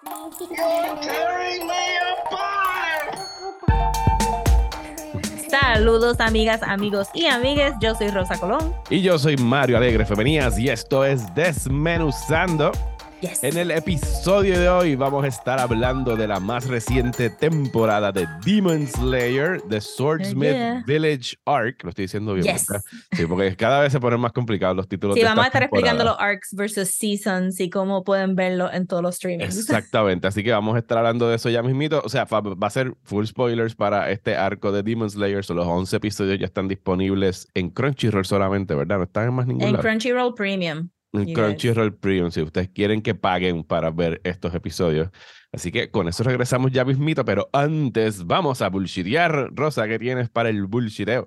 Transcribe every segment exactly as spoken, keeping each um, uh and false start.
You're tearing me apart. Saludos amigas, amigos y amigues, yo soy Rosa Colón. Y yo soy Mario Alegre Femenías y esto es Desmenuzando. Yes. En el episodio de hoy vamos a estar hablando de la más reciente temporada de Demon Slayer, The Swordsmith Yeah. Village Arc. Lo estoy diciendo bien, Yes. ¿verdad? Sí, porque cada vez se ponen más complicados los títulos Sí, de vamos a esta estar explicando los temporada. arcs versus seasons y cómo pueden verlo en todos los streamings. Exactamente, así que vamos a estar hablando de eso ya mismito. O sea, fa- va a ser full spoilers para este arco de Demon Slayer. So, los once episodios ya están disponibles en Crunchyroll solamente, ¿verdad? No están en más ningún En lado. Crunchyroll Premium. En you Crunchyroll Premium, si ustedes quieren que paguen para ver estos episodios. Así que con eso regresamos ya mismito, pero antes vamos a bullshitear. Rosa, ¿qué tienes para el bullshiteo?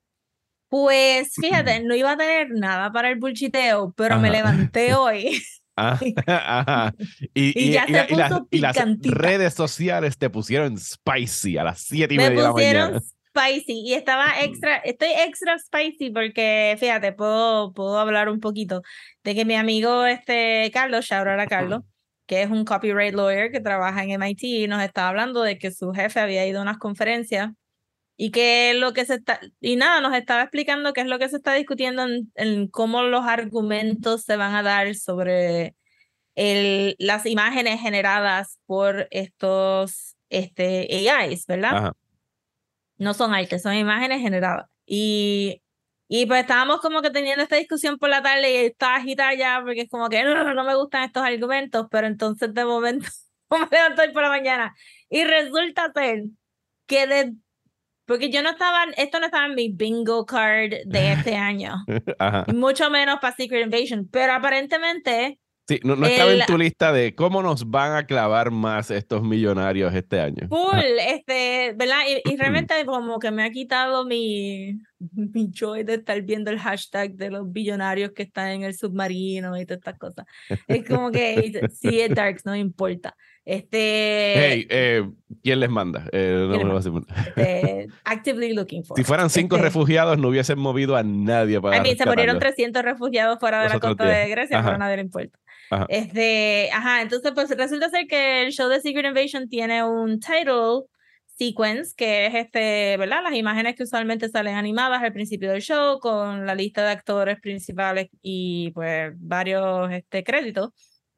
Pues fíjate, no iba a tener nada para el bullshiteo, pero me Ajá. levanté hoy Ah, ajá. Y, y y- ya y se la- y las- puso y las picantita. redes sociales te pusieron spicy a las siete y Me media de la pusieron mañana. spicy y estaba extra, estoy extra spicy porque fíjate, puedo, puedo hablar un poquito de que mi amigo este Carlos, shout out a Carlos, que es un copyright lawyer que trabaja en M I T, y nos estaba hablando de que su jefe había ido a unas conferencias y que lo que se está, y nada, nos estaba explicando qué es lo que se está discutiendo en, en cómo los argumentos se van a dar sobre el, las imágenes generadas por estos este, A Is, ¿verdad? Ajá. No son artes, son imágenes generadas. Y, y pues estábamos como que teniendo esta discusión por la tarde y estaba agitada ya porque es como que no, no me gustan estos argumentos, pero entonces de momento me levanto hoy por la mañana y resulta ser que de, porque yo no estaba, esto no estaba en mi bingo card de este año, Ajá. y mucho menos para Secret Invasion, pero aparentemente Sí, no, no estaba el en tu lista de cómo nos van a clavar más estos millonarios este año. full, Ajá. este, ¿verdad? Y, y realmente como que me ha quitado mi, mi joy de estar viendo el hashtag de los billonarios que están en el submarino y todas estas cosas. Es como que sí es darks, no importa. Este, Hey, eh, ¿quién les manda? Eh, no ¿quién me es lo más? vas a decir. Este, actively looking for Si it. fueran cinco Este, refugiados, no hubiesen movido a nadie I para mean, se murieron rescatarlos trescientos refugiados fuera de los la otros costa días. de Grecia, pero a Ajá, nadie le importa. ajá. Este, ajá, entonces pues resulta ser que el show de Secret Invasion tiene un title sequence, que es este, ¿verdad? Las imágenes que usualmente salen animadas al principio del show con la lista de actores principales y pues varios este, créditos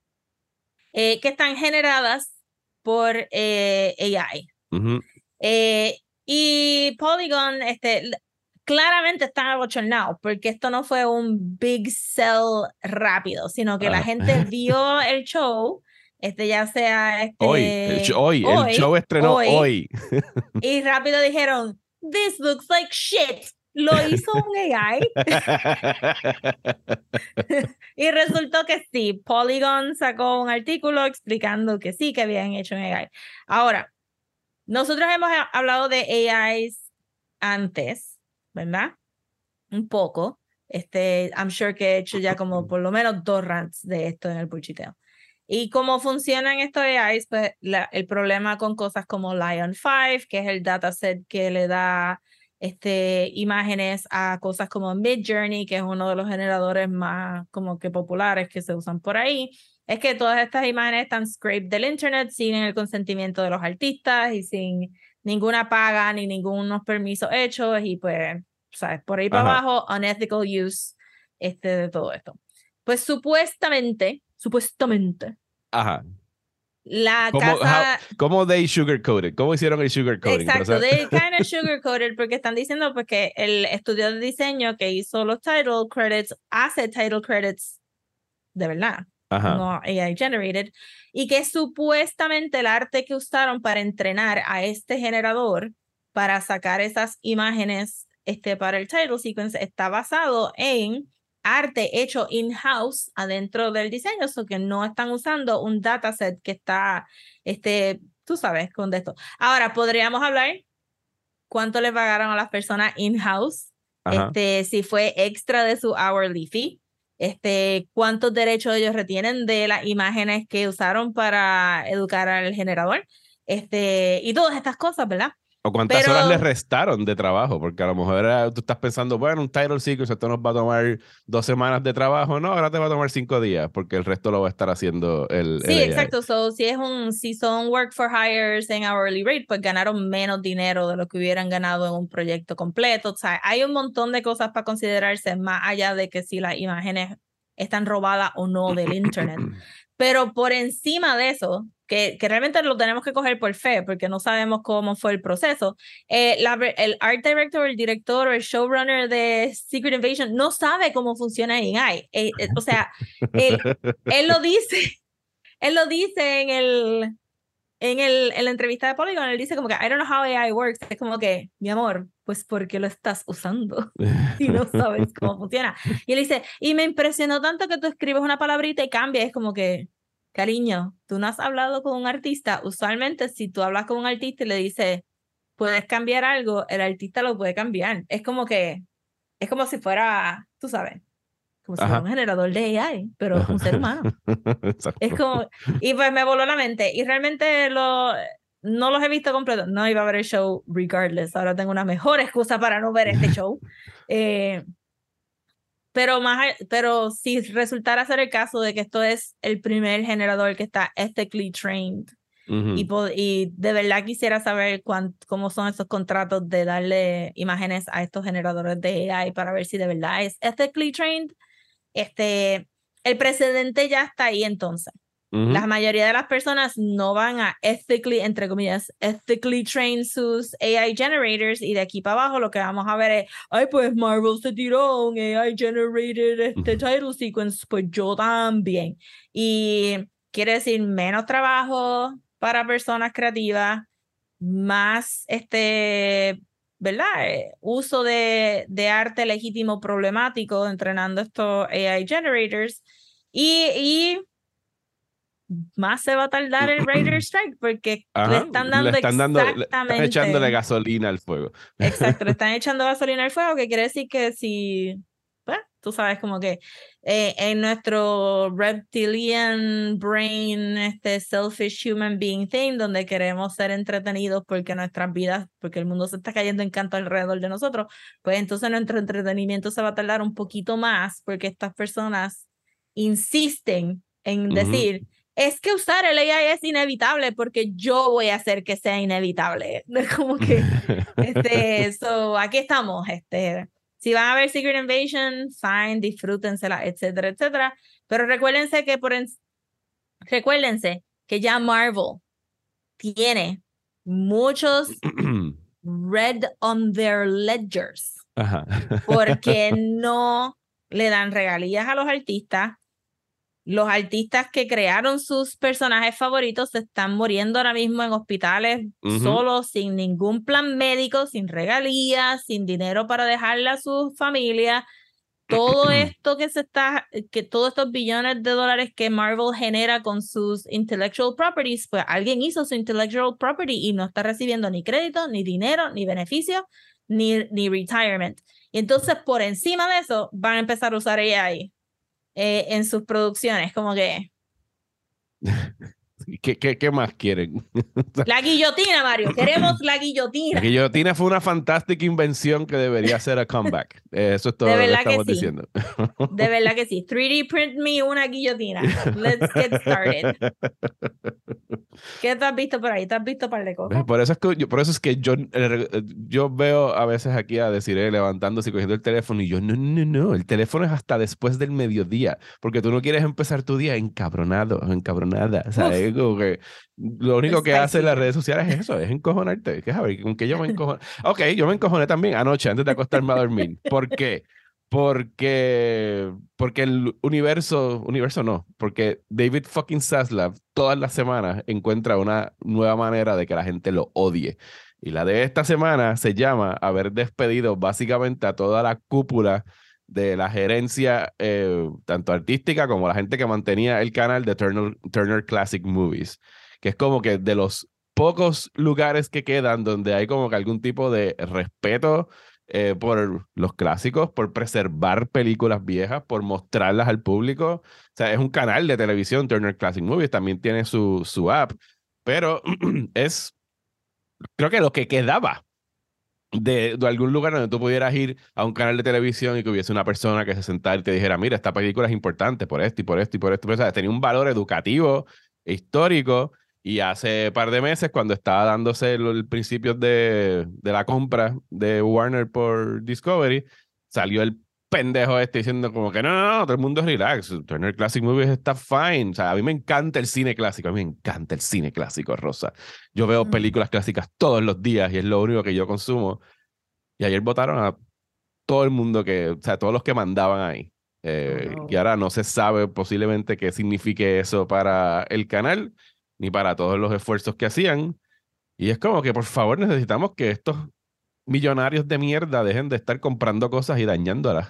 eh, que están generadas por eh, A I. Ujú. Eh, y Polygon, este, l- claramente están abochornados porque esto no fue un big sell rápido, sino que la Ajá. gente vio el show, este ya sea este Hoy, el show, hoy, el hoy, show estrenó hoy, hoy. y rápido dijeron, this looks like shit. Lo hizo un A I. Y resultó que sí, Polygon sacó un artículo explicando que sí, que habían hecho un A I. Ahora, nosotros hemos ha- hablado de A Is antes, ¿verdad? Un poco. Este, I'm sure que he hecho ya como por lo menos dos rants de esto en el bullshiteo. Y cómo funcionan estos A Is, pues la, el problema con cosas como Lion cinco, que es el dataset que le da este, imágenes a cosas como Midjourney, que es uno de los generadores más como que populares que se usan por ahí, es que todas estas imágenes están scraped del internet sin el consentimiento de los artistas y sin ninguna paga ni ningunos permisos hechos y pues, sabes, por ahí para Ajá. abajo, unethical use este, de todo esto. Pues supuestamente, supuestamente, Ajá. la ¿Cómo, casa... how- cómo they sugarcoated? ¿Cómo hicieron el sugarcoating? Exacto, Rosa? they kind of sugarcoated porque están diciendo pues que el estudio de diseño que hizo los title credits hace title credits de verdad, Ajá. no A I generated, y que supuestamente el arte que usaron para entrenar a este generador para sacar esas imágenes este, para el title sequence está basado en arte hecho in-house adentro del diseño, o so que no están usando un dataset que está, este, tú sabes, con esto. Ahora, podríamos hablar cuánto le pagaron a las personas in-house, Ajá. este, si fue extra de su hourly fee, este, cuántos derechos ellos retienen de las imágenes que usaron para educar al generador, este, y todas estas cosas, ¿verdad? O cuántas Pero horas le restaron de trabajo, porque a lo mejor era- tú estás pensando, bueno, un title sequence, esto nos va a tomar dos semanas de trabajo. No, ahora te va a tomar cinco días, porque el resto lo va a estar haciendo el, sí, el A I. exacto. So, si es un, si son work for hires en hourly rate, pues ganaron menos dinero de lo que hubieran ganado en un proyecto completo. O sea, hay un montón de cosas para considerarse más allá de que si las imágenes están robadas o no del internet. Pero por encima de eso, que, que realmente lo tenemos que coger por fe, porque no sabemos cómo fue el proceso, eh, la, el art director, el director o el showrunner de Secret Invasion no sabe cómo funciona A I. Eh, eh, o sea, él, él lo dice, él lo dice en el, en el, en la entrevista de Polygon, él dice como que, I don't know how A I works. Es como que, mi amor, pues ¿por qué lo estás usando si no sabes cómo funciona? Y él dice, y me impresionó tanto que tú escribes una palabrita y cambia. Es como que, cariño, tú no has hablado con un artista. Usualmente si tú hablas con un artista y le dices, puedes cambiar algo, el artista lo puede cambiar. Es como que, es como si fuera, tú sabes, como si fuera Ajá. un generador de A I, pero un ser humano. Exacto. Es como, y pues me voló la mente. Y realmente lo, no los he visto completos. No iba a ver el show regardless. Ahora tengo una mejor excusa para no ver este show. Eh, pero, más, pero si resultara ser el caso de que esto es el primer generador que está ethically trained, Ujú. y, y de verdad quisiera saber cuán, cómo son esos contratos de darle imágenes a estos generadores de A I para ver si de verdad es ethically trained. Este, el precedente ya está ahí entonces. Ujú. La mayoría de las personas no van a ethically, entre comillas, ethically train sus A I generators, y de aquí para abajo lo que vamos a ver es, ay, pues Marvel se tiró un A I generated este title sequence, pues yo también. Y quiere decir menos trabajo para personas creativas, más este, ¿verdad? Eh, uso de, de arte legítimo problemático entrenando estos A I generators, y, y más se va a tardar el Writer Strike porque le Ajá. están Le dando están dando, le están echándole exactamente, gasolina al fuego. exacto, le están echando gasolina al fuego, que quiere decir que si, pues, tú sabes, como que eh, en nuestro reptilian brain, este selfish human being thing, donde queremos ser entretenidos porque nuestras vidas, porque el mundo se está cayendo en canto alrededor de nosotros, pues entonces nuestro entretenimiento se va a tardar un poquito más porque estas personas insisten en Ujú. decir, es que usar el A I es inevitable porque yo voy a hacer que sea inevitable. Como que, este, so, aquí estamos, este, si van a ver Secret Invasion, fine, disfrútensela, etcétera, etcétera. Pero recuérdense que por en... recuérdense que ya Marvel tiene muchos red on their ledgers Ajá. porque no le dan regalías a los artistas. Los artistas que crearon sus personajes favoritos se están muriendo ahora mismo en hospitales Ujú. solos, sin ningún plan médico, sin regalías, sin dinero para dejarle a su familia. Todo esto que se está, que todos estos billones de dólares que Marvel genera con sus intellectual properties, pues alguien hizo su intellectual property y no está recibiendo ni crédito, ni dinero, ni beneficio, ni, ni retirement. Y entonces, por encima de eso, van a empezar a usar A I eh, en sus producciones, como que ¿Qué, qué, qué más quieren? la guillotina, Mario, queremos la guillotina. La guillotina fue una fantástica invención que debería ser a comeback. Eh, Eso es todo De lo que verdad que estamos sí. diciendo. De verdad que sí. tres D print me una guillotina. Let's get started. ¿Qué te has visto por ahí? ¿Te has visto par de cosas? Por eso es que yo, por eso es que yo, eh, yo veo a veces aquí a Desiree levantándose y cogiendo el teléfono y yo, no, no, no, el teléfono es hasta después del mediodía, porque tú no quieres empezar tu día encabronado o encabronada. O sea, Uf, es como que lo único que spicy hacen las ya. redes sociales es eso, es encojonarte. ¿Qué saber? ¿Con qué yo me encojoné? Ok, yo me encojoné también anoche antes de acostarme a dormir. ¿Por qué? Porque, porque el universo, universo no, porque David fucking Zaslav todas las semanas encuentra una nueva manera de que la gente lo odie. Y la de esta semana se llama haber despedido básicamente a toda la cúpula de la gerencia, eh, tanto artística como la gente que mantenía el canal de Turner, Turner Classic Movies, que es como que de los pocos lugares que quedan donde hay como que algún tipo de respeto eh, por los clásicos, por preservar películas viejas, por mostrarlas al público. O sea, es un canal de televisión, Turner Classic Movies, también tiene su, su app, pero es creo que lo que quedaba de, de algún lugar donde tú pudieras ir a un canal de televisión y que hubiese una persona que se sentara y te dijera, mira, esta película es importante por esto y por esto y por esto. Pero, ¿sabes? Tenía un valor educativo, histórico, y hace par de meses, cuando estaba dándose el, el principio de, de la compra de Warner por Discovery, salió el pendejo este diciendo como que no, no, no, todo el mundo es relax. Turner Classic Movies está fine. O sea, a mí me encanta el cine clásico. A mí me encanta el cine clásico, Rosa. Yo veo Mm. películas clásicas todos los días y es lo único que yo consumo. Y ayer votaron a todo el mundo que, o sea, todos los que mandaban ahí. Eh, Oh, no. Y ahora no se sabe posiblemente qué signifique eso para el canal, ni para todos los esfuerzos que hacían. Y es como que, por favor, necesitamos que estos millonarios de mierda dejen de estar comprando cosas y dañándolas.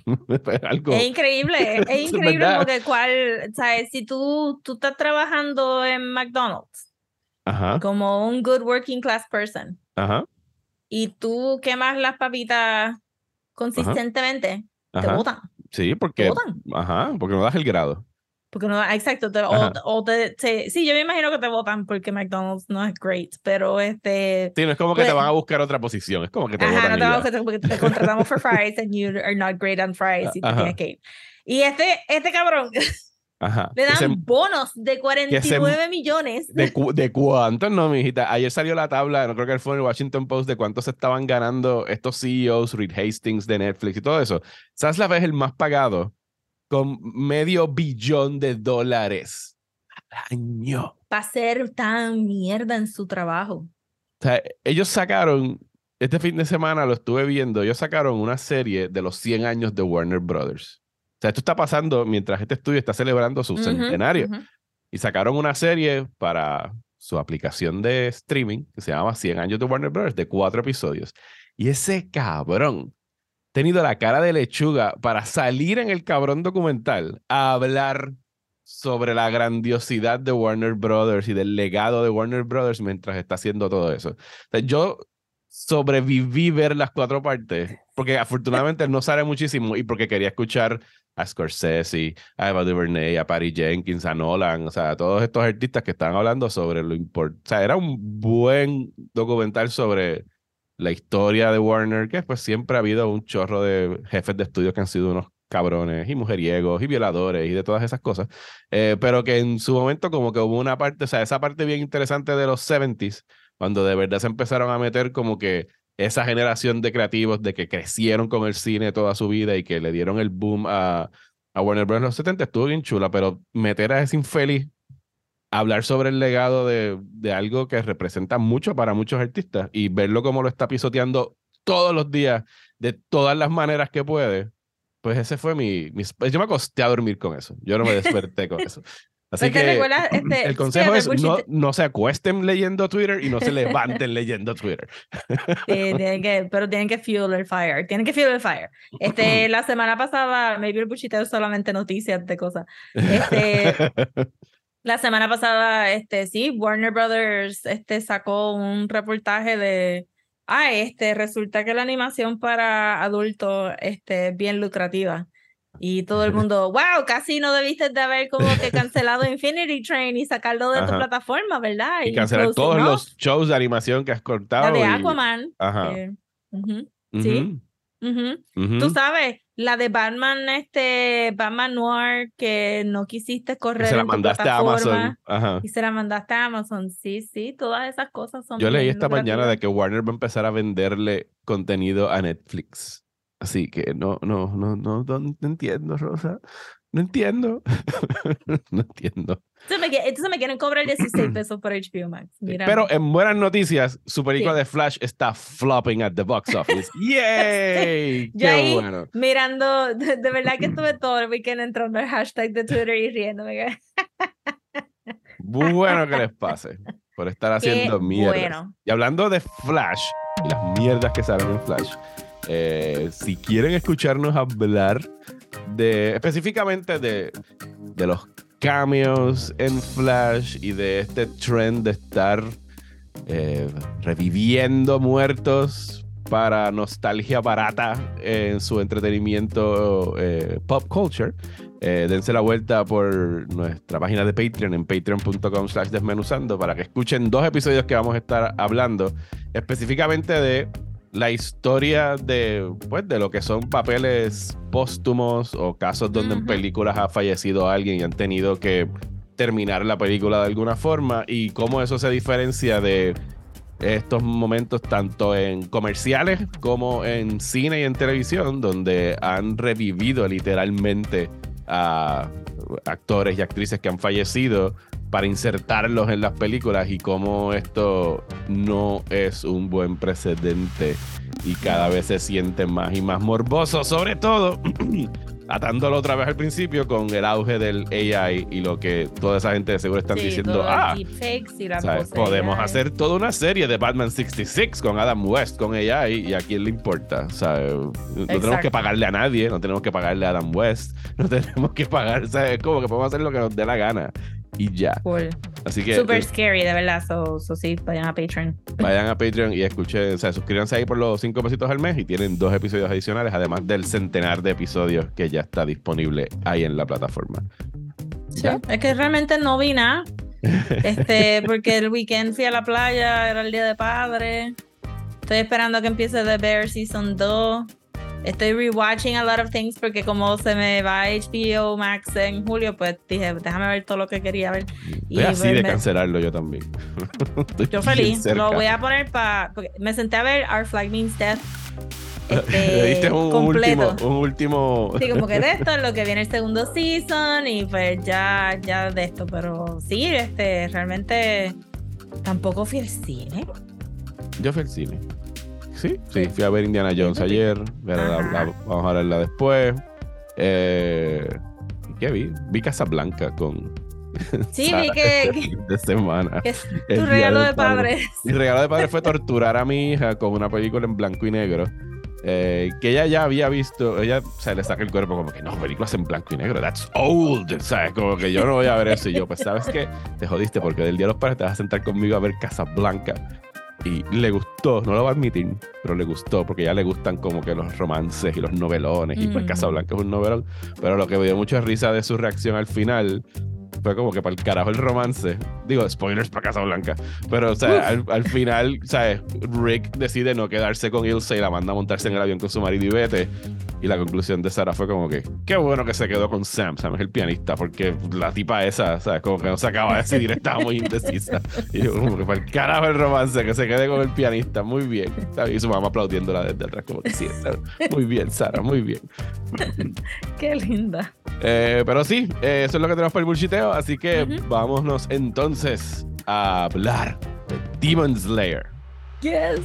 Algo. Es increíble, es Es increíble verdad. porque cuál, ¿sabes? Si tú, tú estás trabajando en McDonald's Ajá, como un good working class person ajá, y tú quemas las papitas consistentemente, te ajá. botan, Sí, te porque, botan. ajá, porque no das el grado. Porque no, exacto, te- o, Ajá. o te, te- sí, yo me imagino que te votan porque McDonald's no es great, pero este, Sí, no es como que pues, te van a buscar otra posición, es como que te ajá, botan no y te vamos ya. a porque te contratamos for fries and you are not great on fries y te tienes Ajá, que ir. Y este, este cabrón ajá. le Ese, dan bonos de que cuarenta y ese, nueve millones. ¿De, cu de cuántos no, mijita? Ayer salió la tabla, no creo que fue en el Washington Post, de cuántos se estaban ganando estos C E Os, Reed Hastings de Netflix y todo eso. Zaslav es el más pagado, con medio billón de dólares al año. Para ser tan mierda en su trabajo. O sea, ellos sacaron, este fin de semana lo estuve viendo, ellos sacaron una serie de los cien años de Warner Brothers. O sea, esto está pasando mientras este estudio está celebrando su Ujú, centenario. ujú. Y sacaron una serie para su aplicación de streaming que se llama cien años de Warner Brothers, de cuatro episodios. Y ese cabrón ha tenido la cara de lechuga para salir en el cabrón documental a hablar sobre la grandiosidad de Warner Brothers y del legado de Warner Brothers mientras está haciendo todo eso. O sea, yo sobreviví ver las cuatro partes porque afortunadamente no sale muchísimo y porque quería escuchar a Scorsese, a Eva DuVernay, a Patty Jenkins, a Nolan, o sea, a todos estos artistas que estaban hablando sobre lo importante. O sea, era un buen documental sobre la historia de Warner, que pues siempre ha habido un chorro de jefes de estudios que han sido unos cabrones y mujeriegos y violadores y de todas esas cosas, eh, pero que en su momento como que hubo una parte, o sea, esa parte bien interesante de los seventies, cuando de verdad se empezaron a meter como que esa generación de creativos de que crecieron con el cine toda su vida y que le dieron el boom a, a Warner Bros. En los setenta estuvo bien chula, pero meter a ese infeliz a hablar sobre el legado de, de algo que representa mucho para muchos artistas y verlo como lo está pisoteando todos los días, de todas las maneras que puede, pues ese fue mi... mi yo me acosté a dormir con eso, yo no me desperté con eso. Así Pues te que recuerdas, este, el consejo fíjate, es no, bullshit. no se acuesten leyendo Twitter y no se levanten leyendo Twitter. Sí, tienen que, pero tienen que fuel el fire, tienen que fuel el fire. Este, la semana pasada, maybe el bullshiteo es solamente noticias de cosas. Este, la semana pasada, este, sí, Warner Brothers, este, sacó un reportaje de, ah, este, resulta que la animación para adultos, este, es bien lucrativa. Y todo el mundo, wow, casi no debiste de haber como que cancelado Infinity Train y sacarlo de tu Ajá. plataforma, ¿verdad? Y cancelar close it, todos ¿no? los shows de animación que has La cortado. de y... Aquaman. Ajá. que- ujú, Ujú, sí. ujú. ujú. Tú sabes, la de Batman, este, Batman Noir, que no quisiste Que correr se la en tu mandaste a Amazon. plataforma Ajá. y se la mandaste a Amazon. Sí, sí, todas esas cosas son Yo leí bien esta mañana de lucrativas. que Warner va a empezar a venderle contenido a Netflix. Así que no, no, no, no, no, no entiendo, Rosa. No entiendo. No entiendo. Entonces me, qui- entonces me quieren cobrar dieciséis pesos por H B O Max. Mira, Pero en buenas noticias, su película Sí. de Flash está flopping at the box office. ¡Yay! yo ¡Qué ahí bueno! mirando, de, de verdad que estuve todo el weekend entrando al hashtag de Twitter y riéndome. Bueno que les pase por estar haciendo Qué mierdas. bueno. Y hablando de Flash y las mierdas que salen en Flash, eh, si quieren escucharnos hablar de específicamente de, de los cameos en Flash y de este trend de estar eh, reviviendo muertos para nostalgia barata en su entretenimiento eh, pop culture, Eh, dense la vuelta por nuestra página de Patreon en patreon.com slash desmenuzando para que escuchen dos episodios que vamos a estar hablando específicamente de la historia de, pues, de lo que son papeles póstumos o casos donde Ujú. en películas ha fallecido alguien y han tenido que terminar la película de alguna forma y cómo eso se diferencia de estos momentos tanto en comerciales como en cine y en televisión donde han revivido literalmente a actores y actrices que han fallecido para insertarlos en las películas y cómo esto no es un buen precedente y cada vez se siente más y más morboso, sobre todo atándolo otra vez al principio con el auge del A I y lo que toda esa gente de seguro están Sí, diciendo, todo ah, deepfakes y las ¿sabes? cosas. Podemos ya, hacer toda una serie de Batman sesenta y seis con Adam West, con A I, y a quién le importa. ¿Sabes? No tenemos Exacto. que pagarle a nadie, no tenemos que pagarle a Adam West, no tenemos que pagar, ¿sabes? Es como que podemos hacer lo que nos dé la gana y ya. Cool. Así que Super eh, scary, de verdad. So, so sí, vayan a Patreon. vayan a Patreon y escuchen, o sea, suscríbanse ahí por los cinco pesitos al mes y tienen dos episodios adicionales, además del centenar de episodios que ya está disponible ahí en la plataforma. Sí, ¿Ya? es que realmente no vi nada. Este, porque el weekend fui a la playa, era el día de padre. Estoy esperando a que empiece The Bear Season dos. Estoy rewatching a lot of things porque como se me va H B O Max en julio, pues dije, déjame ver todo lo que quería ver. Estoy así pues, de me- cancelarlo yo también. Estoy yo bien feliz. cerca. Lo voy a poner para... Me senté a ver Our Flag Means Death. Le Este, diste un, un completo. último, un último. Sí, como que de esto es lo que viene el segundo season y pues ya, ya de esto, pero sí, este, realmente tampoco fui al cine. Yo fui al cine. Sí, sí, fui a ver Indiana Jones Sí, ayer. Pero la- Ajá. la- vamos a hablarla después. Eh, ¿Qué vi? Vi Casablanca con. Sí, Sara vi que, este que- fin de semana. que es El tu Día regalo del de Padre. padres. Mi regalo de padre fue torturar a mi hija con una película en blanco y negro. eh, que ella ya había visto. Ella se le saca el cuerpo como que no, películas en blanco y negro. That's old. ¿Sabes? Como que yo no voy a ver eso. Y yo, pues, ¿sabes qué? Te jodiste porque del Día de los Padres te vas a sentar conmigo a ver Casablanca. Y le gustó, no lo va a admitir, pero le gustó porque ya le gustan como que los romances y los novelones. Y pues Mm. Casablanca es un novelón. Pero lo que me dio mucha risa de su reacción al final fue como que para el carajo el romance. Digo, spoilers para Casablanca. Pero, o sea, al, al final, ¿sabes? Rick decide no quedarse con Ilse y la manda a montarse en el avión con su marido y vete. Y la conclusión de Sara fue como que, qué bueno que se quedó con Sam. Sam es el pianista, porque la tipa esa, ¿sabes? Como que no se acaba de decidir, estaba muy indecisa. Y yo, como que para el carajo el romance, que se quede con el pianista. Muy bien. ¿Sabes? Y su mamá aplaudiéndola desde atrás, como que sí, Sara. Muy bien, Sara, muy bien. Qué linda. Eh, pero sí, eh, eso es lo que tenemos para el bullshiteo. Así que Ujú. vámonos entonces a hablar de Demon Slayer. Yes.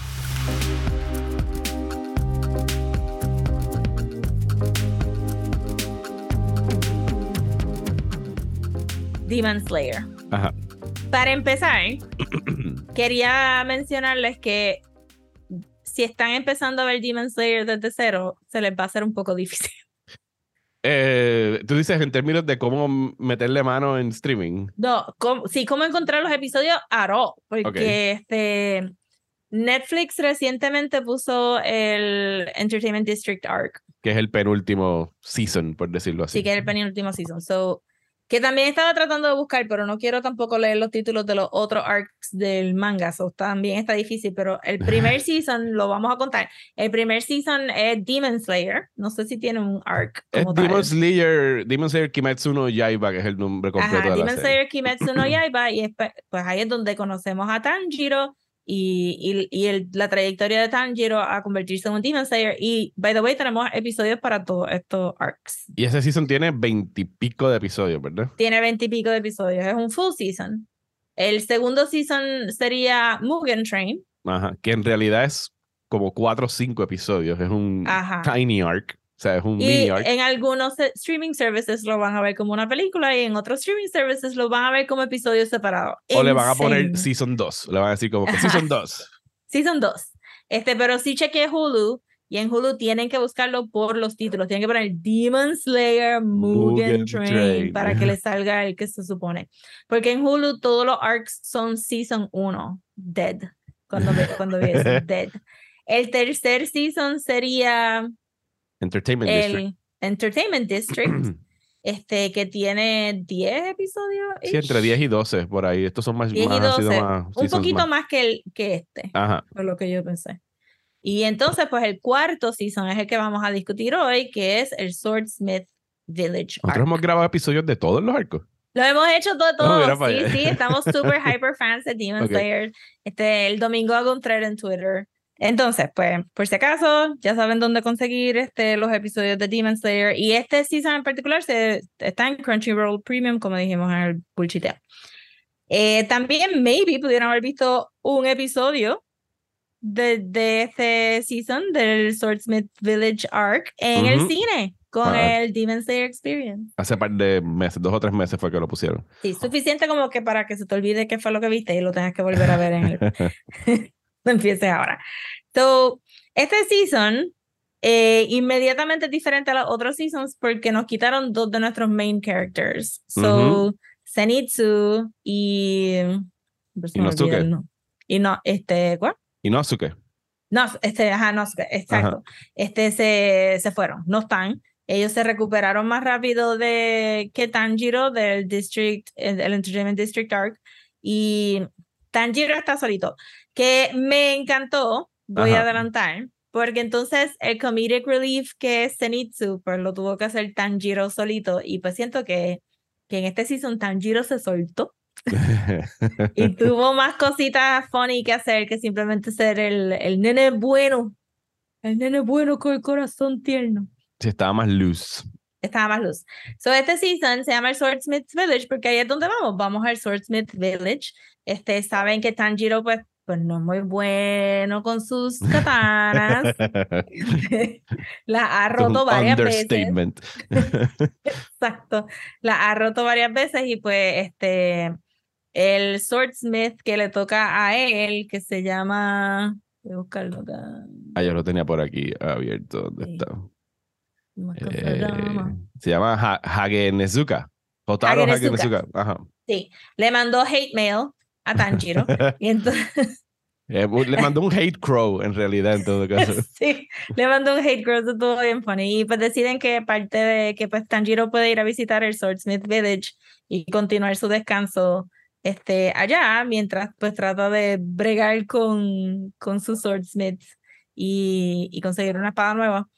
Demon Slayer. Ajá. Para empezar, quería mencionarles que si están empezando a ver Demon Slayer desde cero, se les va a hacer un poco difícil. Eh, tú dices en términos de cómo meterle mano en streaming. No, ¿cómo- sí, cómo encontrar los episodios, Aro, porque Ok. este Netflix recientemente puso el Entertainment District Arc, Que es el penúltimo season, por decirlo así. sí que es el penúltimo season, so, que también estaba tratando de buscar, pero no quiero tampoco leer los títulos de los otros arcs del manga, so también está difícil, pero el primer season lo vamos a contar. El primer season es Demon Slayer, no sé si tiene un arc Es como tal. Demon Slayer, Demon Slayer Kimetsu no Yaiba, que es el nombre completo Ajá, de la Demon serie. Slayer Kimetsu no Yaiba, y es, pe- pues ahí es donde conocemos a Tanjiro y, y, y el, la trayectoria de Tanjiro a convertirse en un Demon Slayer. Y, by the way, tenemos episodios para todos estos arcs. Y ese season tiene veintipico de episodios, ¿verdad? Tiene veintipico de episodios, es un full season. El segundo season sería Mugen Train. Ajá. Que en realidad es como cuatro o cinco episodios. Es un Ajá. tiny arc. O sea, es un Y mini arc. en algunos eh, streaming services lo van a ver como una película y en otros streaming services lo van a ver como episodios separados. O le van a poner Insane. Season dos. Le van a decir como que Ajá. Season dos. Season dos. Este, pero sí chequeé Hulu y en Hulu tienen que buscarlo por los títulos. Tienen que poner Demon Slayer Mugen, Mugen Train, Train. para que les salga el que se supone. Porque en Hulu todos los arcs son Season uno. Dead. Cuando, ve, cuando vi eso. Dead. El tercer season sería Entertainment District. el Entertainment District. este, que tiene diez episodios. Sí, entre diez y doce por ahí. Estos son más, diez y más, han sido doce, más un seasons poquito más. más que, el, que este, Ajá. por lo que yo pensé. Y entonces, pues el cuarto season es el que vamos a discutir hoy, que es el Swordsmith Village Nosotros Arc. hemos grabado episodios de todos los arcos. Lo hemos hecho todo, Oh, todo. mira para Sí, allá. sí, estamos super hyper fans de Demon Ok. Slayer. Este, el domingo hago un thread en Twitter. Entonces, pues, por si acaso, ya saben dónde conseguir este, los episodios de Demon Slayer. Y este season en particular se, está en Crunchyroll Premium, como dijimos en el bullshiteo. Eh, también, maybe, pudieron haber visto un episodio de, de este season del Swordsmith Village Arc en el Ujú. cine con Ah. el Demon Slayer Experience. Hace par de meses, dos o tres meses fue que lo pusieron. Sí, suficiente como que para que se te olvide qué fue lo que viste y lo tengas que volver a ver en el... No empieces ahora. So, este season eh, inmediatamente es diferente a los otros seasons porque nos quitaron dos de nuestros main characters. So, Ujú. Zenitsu y... pues se me Inosuke. olvida el no- Y no, este, ¿cuál? Inosuke. No, este, ajá, no, exacto. Este se, se fueron, no están. Ellos se recuperaron más rápido de que Tanjiro del District, el, el Entertainment District Arc. Y Tanjiro está solito. Que me encantó, voy Ajá. a adelantar, porque entonces el comedic relief que es Zenitsu, pues lo tuvo que hacer Tanjiro solito. Y pues siento que, que en este season Tanjiro se soltó. Y tuvo más cositas funny que hacer que simplemente ser el, el nene bueno. El nene bueno con el corazón tierno. Sí, estaba más loose. Estaba más luz. So, este season se llama el Swordsmith Village porque ahí es donde vamos. Vamos al Swordsmith Village. Este, saben que Tanjiro, pues, pues no es muy bueno con sus katanas. La ha Esto es un roto varias veces. understatement. Exacto. La ha roto varias veces y pues este el swordsmith que le toca a él, que se llama... Voy a buscarlo acá. Ah, yo lo tenía por aquí abierto. ¿Dónde Sí. está? ¿Cómo es que se Eh, llama? se llama ha Hagenezuka. Jotaro Hagenezuka. Hagenezuka. Ajá. Sí, le mandó hate mail a Tanjiro. Y entonces, Eh, le mandó un hate crow, en realidad, en todo caso. sí, le mandó un hate girl, eso todo bien funny. Y pues deciden que parte de que pues Tanjiro puede ir a visitar el Swordsmith Village y continuar su descanso este, allá, mientras pues trata de bregar con, con su Swordsmith y, y conseguir una espada nueva.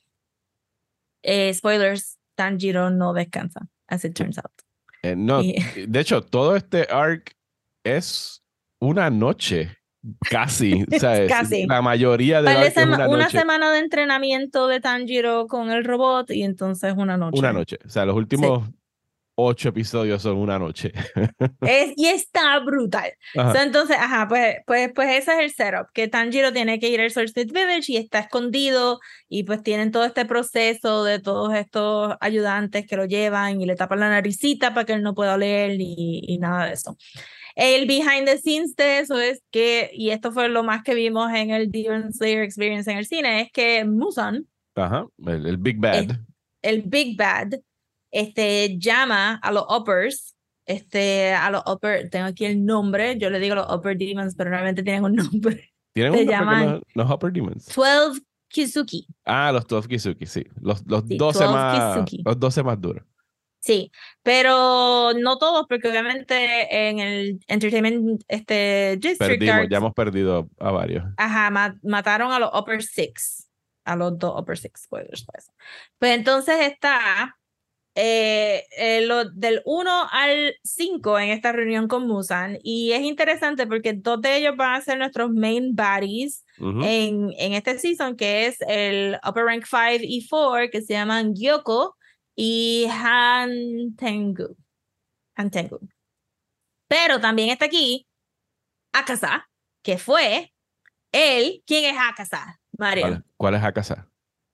Eh, spoilers, Tanjiro no descansa, as it turns out. Eh, no, Y- de hecho, todo este arc es una noche, casi. O sea, es- Casi. La mayoría del Par de arc es sema- una una noche. semana de entrenamiento de Tanjiro con el robot y entonces una noche. Una noche. O sea, los últimos ocho episodios son una noche. Es, y está brutal. Ajá. So, entonces, ajá, pues, pues, pues ese es el setup, que Tanjiro tiene que ir al Swordsmith Village y está escondido y pues tienen todo este proceso de todos estos ayudantes que lo llevan y le tapan la naricita para que él no pueda oler y, y nada de eso. El behind the scenes de eso es que, y esto fue lo más que vimos en el Demon Slayer Experience en el cine, es que Muzan, Ajá. El, el Big Bad. Es- el Big Bad, este, llama a los uppers, este, a los upper, tengo aquí el nombre, yo le digo los upper demons, pero realmente tienen un nombre. ¿Tienen se un nombre que llaman- los, los Upper Demons? twelve Kizuki. Ah, los doce Kizuki, sí. Los, los, Sí, doce doce más, Kizuki. los doce más duros. Sí, pero no todos, porque obviamente en el Entertainment este, District Perdimos, Arc, ya hemos perdido a varios. ajá, ma- mataron a los upper six, a los dos upper six, spoilers por eso. Pues entonces está eh, eh, lo, del uno al cinco en esta reunión con Muzan, y es interesante porque dos de ellos van a ser nuestros main baddies Ujú. en, en este season, que es el upper rank five y four, que se llaman Gyoko y Han Tengu. Han Tengu. Pero también está aquí Akasa, que fue él. ¿Quién es Akasa, Mario? ¿Cuál, cuál es Akasa?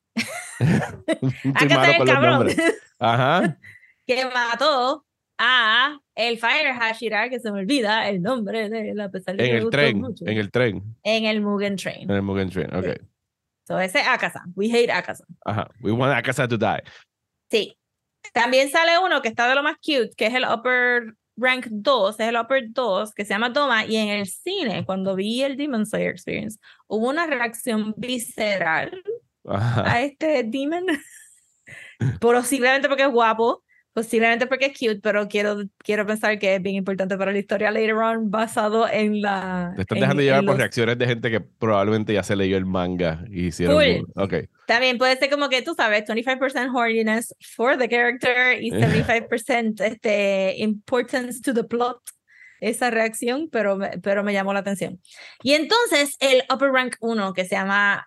Estoy Akasa malo es el con los cabrón nombres. Ajá. que mató a el Fire Hashira, que se me olvida el nombre de él, a pesar de En que me el gustó tren. mucho. En el tren. En el Mugen Train. En el Mugen Train. Ok. So, ese es Akasa. We hate Akasa. Ajá. We want Akasa to die. Sí. También sale uno que está de lo más cute, que es el Upper Rank dos, es el Upper dos, que se llama Doma, y en el cine, cuando vi el Demon Slayer Experience, hubo una reacción visceral Ajá. a este Demon, posiblemente porque es guapo, Posiblemente porque es cute, pero quiero, quiero pensar que es bien importante para la historia later on, basado en la... Te estás en, dejando llevar en por los reacciones de gente que probablemente ya se leyó el manga y hicieron full. un... Ok. También puede ser como que tú sabes, veinticinco por ciento horniness for the character y setenta y cinco por ciento este, importance to the plot. Esa reacción, pero me, pero me llamó la atención. Y entonces el upper rank uno que se llama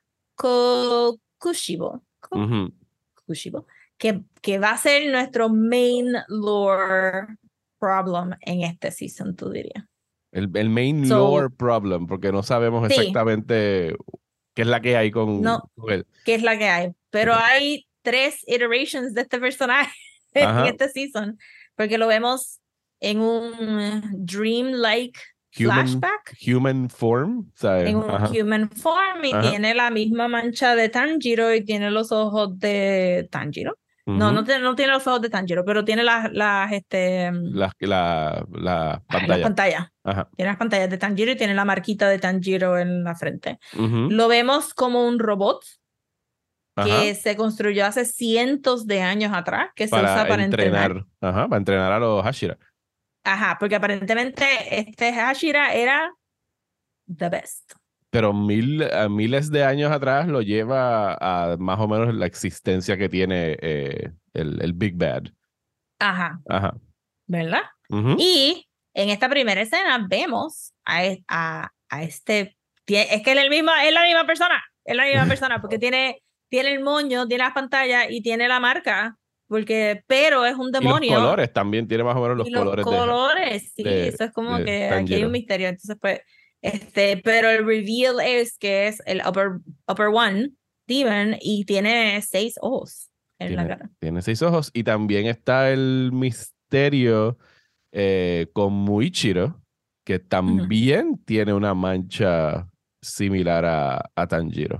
Kokushibo. Ujú. Kokushibo. Que, que va a ser nuestro main lore problem en este season, tú dirías. El, el main So, lore problem, porque no sabemos sí. exactamente qué es la que hay con, No, con él. qué es la que hay. Pero Ok. hay tres iterations de este personaje en Ajá. este season, porque lo vemos en un dream-like Human, flashback, human form, ¿sabes? en un Ajá. human form, y Ajá. tiene la misma mancha de Tanjiro y tiene los ojos de Tanjiro. No, Ujú. no, tiene, no tiene los ojos de Tanjiro, pero tiene las, las, este, Las la, la ay, las pantalla. pantallas. Ajá. Tiene las pantallas de Tanjiro y tiene la marquita de Tanjiro en la frente. Ujú. Lo vemos como un robot Ajá. que se construyó hace cientos de años atrás, que se Para usa para entrenar. entrenar. Ajá, para entrenar a los Hashira. Ajá, porque aparentemente este Hashira era the best. Pero mil, a miles de años atrás lo lleva a más o menos la existencia que tiene eh, el, el Big Bad. Ajá, Ajá. ¿verdad? Ujú. Y en esta primera escena vemos a, a, a este... Es que es, el mismo, es la misma persona, es la misma persona, porque tiene, tiene el moño, tiene las pantallas y tiene la marca, porque, pero es un Y los demonio. colores también, tiene más o menos los Y los colores, colores, sí, de, eso es como de que aquí hay Tanjiro. un misterio. Entonces, pues, este, pero el reveal es que es el upper, upper one, Demon, y tiene seis ojos en la Tiene, cara. tiene seis ojos. Y también está el misterio eh, con Muichiro, que también tiene una mancha similar a, a Tanjiro.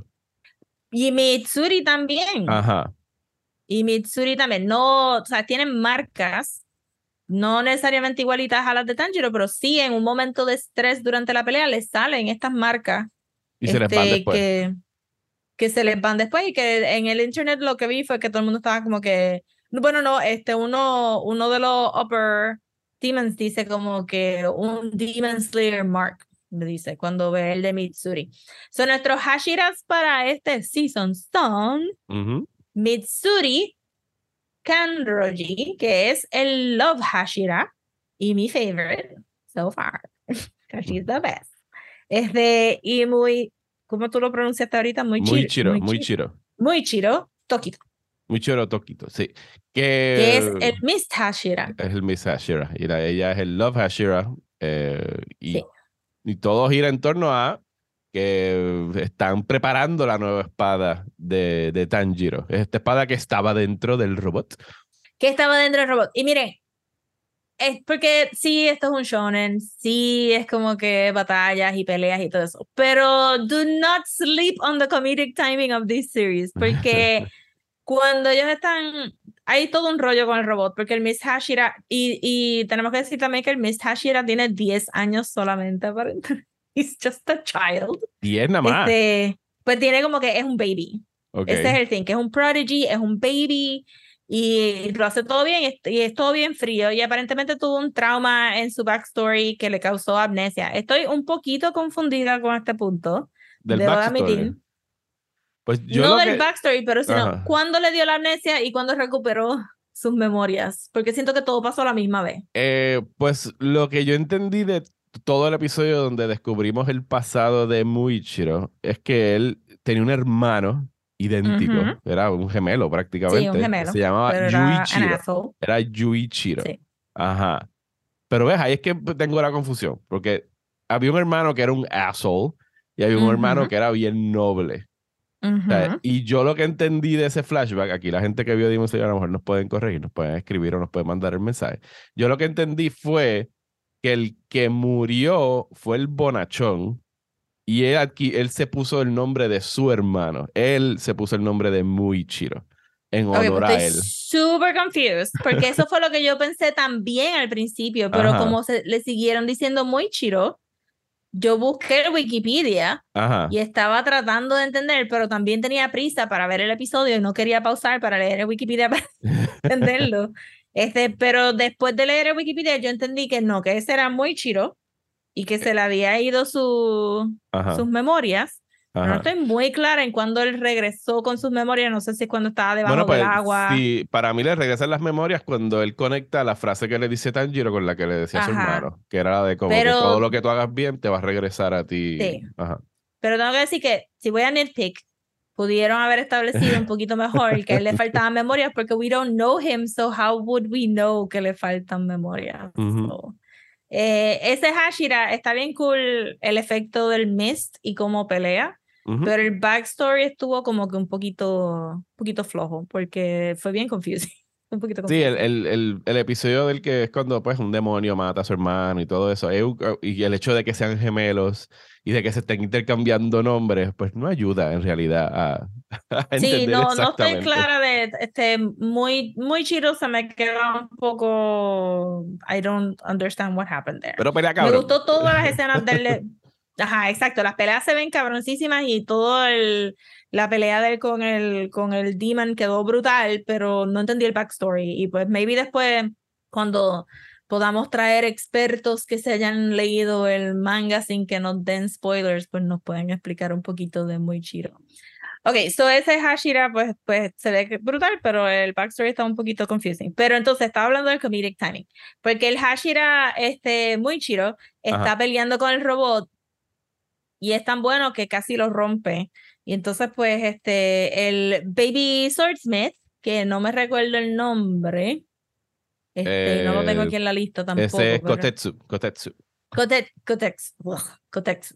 Y Mitsuri también. Ajá. Y Mitsuri también. No, o sea, tienen marcas, no necesariamente igualitas a las de Tanjiro, pero sí en un momento de estrés durante la pelea les salen estas marcas. Y se les van este, después. que, que se les van después y que en el internet lo que vi fue que todo el mundo estaba como que, bueno, no, este, uno, uno de los upper demons dice como que un Demon Slayer mark, me dice, cuando ve el de Mitsuri. Son nuestros Hashiras para este season son Ujú. Mitsuri Kanroji, que es el Love Hashira y mi favorite so far, because she's the best. Es de, y muy, ¿cómo tú lo pronunciaste ahorita? Muy Muy chiro. chiro, Muy muy chiro. chiro. Muy chiro, Tokito. Muy chiro Tokito, sí. Que es Que el Miss Hashira. es el Miss Hashira. Y la, ella es el Love Hashira. Eh, y, Sí. y todo gira en torno a que están preparando la nueva espada de, de Tanjiro. Es esta espada que estaba dentro del robot. Que estaba dentro del robot. Y miren, es porque sí, esto es un shonen, sí, es como que batallas y peleas y todo eso, pero do not sleep on the comedic timing of this series, porque cuando ellos están, hay todo un rollo con el robot, porque el Miss Hashira, y, y tenemos que decir también que el Miss Hashira tiene diez años solamente, aparentemente. He's just a child. Y es nada más. Este, pues tiene como que es un baby. Okay. Ese es el thing, que es un prodigy, es un baby, y lo hace todo bien, y es todo bien frío, y aparentemente tuvo un trauma en su backstory que le causó amnesia. Estoy un poquito confundida con este punto, Del debo backstory. admitir. Pues yo No lo del que... backstory, pero sino Ajá. cuándo le dio la amnesia y cuándo recuperó sus memorias, porque siento que todo pasó a la misma vez. Eh, pues lo que yo entendí de todo el episodio donde descubrimos el pasado de Muichiro es que él tenía un hermano idéntico, Uh-huh. era un gemelo prácticamente. Sí, un gemelo. Se llamaba pero era an Yuichiro. asshole. Era Yuichiro. Sí. Ajá. Pero ves, ahí es que tengo la confusión, porque había un hermano que era un asshole y había un Uh-huh. hermano que era bien noble. Uh-huh. O sea, y yo lo que entendí de ese flashback, aquí la gente que vio Demon Slayer a lo mejor nos pueden corregir, nos pueden escribir o nos pueden mandar el mensaje. Yo lo que entendí fue que el que murió fue el bonachón y él, aquí, él se puso el nombre de su hermano. Él se puso el nombre de Muichiro en Okay, honor pues a estoy él. súper confused, porque eso fue lo que yo pensé también al principio, pero Ajá. como se, le siguieron diciendo muy chiro, yo busqué el Wikipedia Ajá. y estaba tratando de entender, pero también tenía prisa para ver el episodio y no quería pausar para leer el Wikipedia para entenderlo. Este, pero después de leer el Wikipedia, yo entendí que no, que ese era Moichiro y que se le había ido su, Ajá, sus memorias. Pero no ajá. estoy muy clara en cuándo él regresó con sus memorias. No sé si es cuando estaba debajo Bueno, del pues agua. sí, para mí le regresan las memorias cuando él conecta la frase que le dice Tanjiro con la que le decía a su Ajá. hermano, que era la de como que todo Pero, lo que tú hagas bien te va a regresar a ti. sí. Ajá. Pero tengo que decir que si voy a nitpick, pudieron haber establecido un poquito mejor que a él le faltaban memorias porque we don't know him, so how would we know que le faltan memorias? Ujú, So, eh, ese Hashira está bien cool el efecto del mist y cómo pelea, ujú. pero el backstory estuvo como que un poquito, un poquito flojo porque fue bien confusing. Un poquito Sí, el, confusing. el, el, el episodio del que es cuando pues un demonio mata a su hermano y todo eso, eh, y el hecho de que sean gemelos y de que se estén intercambiando nombres, pues no ayuda en realidad a, a Sí, entender no, no estoy exactamente. clara de, este, muy, muy chido, se me queda un poco, I don't understand what happened there. Pero pelea Me cabrón. gustó todas las escenas del, ajá, exacto, las peleas se ven cabroncísimas y todo el, la pelea de él con el, con el demon quedó brutal, pero no entendí el backstory y pues maybe después, cuando podamos traer expertos que se hayan leído el manga sin que nos den spoilers, pues nos pueden explicar un poquito de muy chido. Ok, so ese Hashira pues, pues se ve que brutal, pero el backstory está un poquito confusing. Pero entonces estaba hablando del comedic timing, porque el Hashira, este, muy chido, Ajá. está peleando con el robot y es tan bueno que casi lo rompe. Y entonces pues este, el Baby Swordsmith, que no me recuerdo el nombre, este, y no lo tengo Eh, aquí en la lista ese tampoco, es pero Kotetsu. Kotetsu. Kotex, Kotex, ugh, Kotex.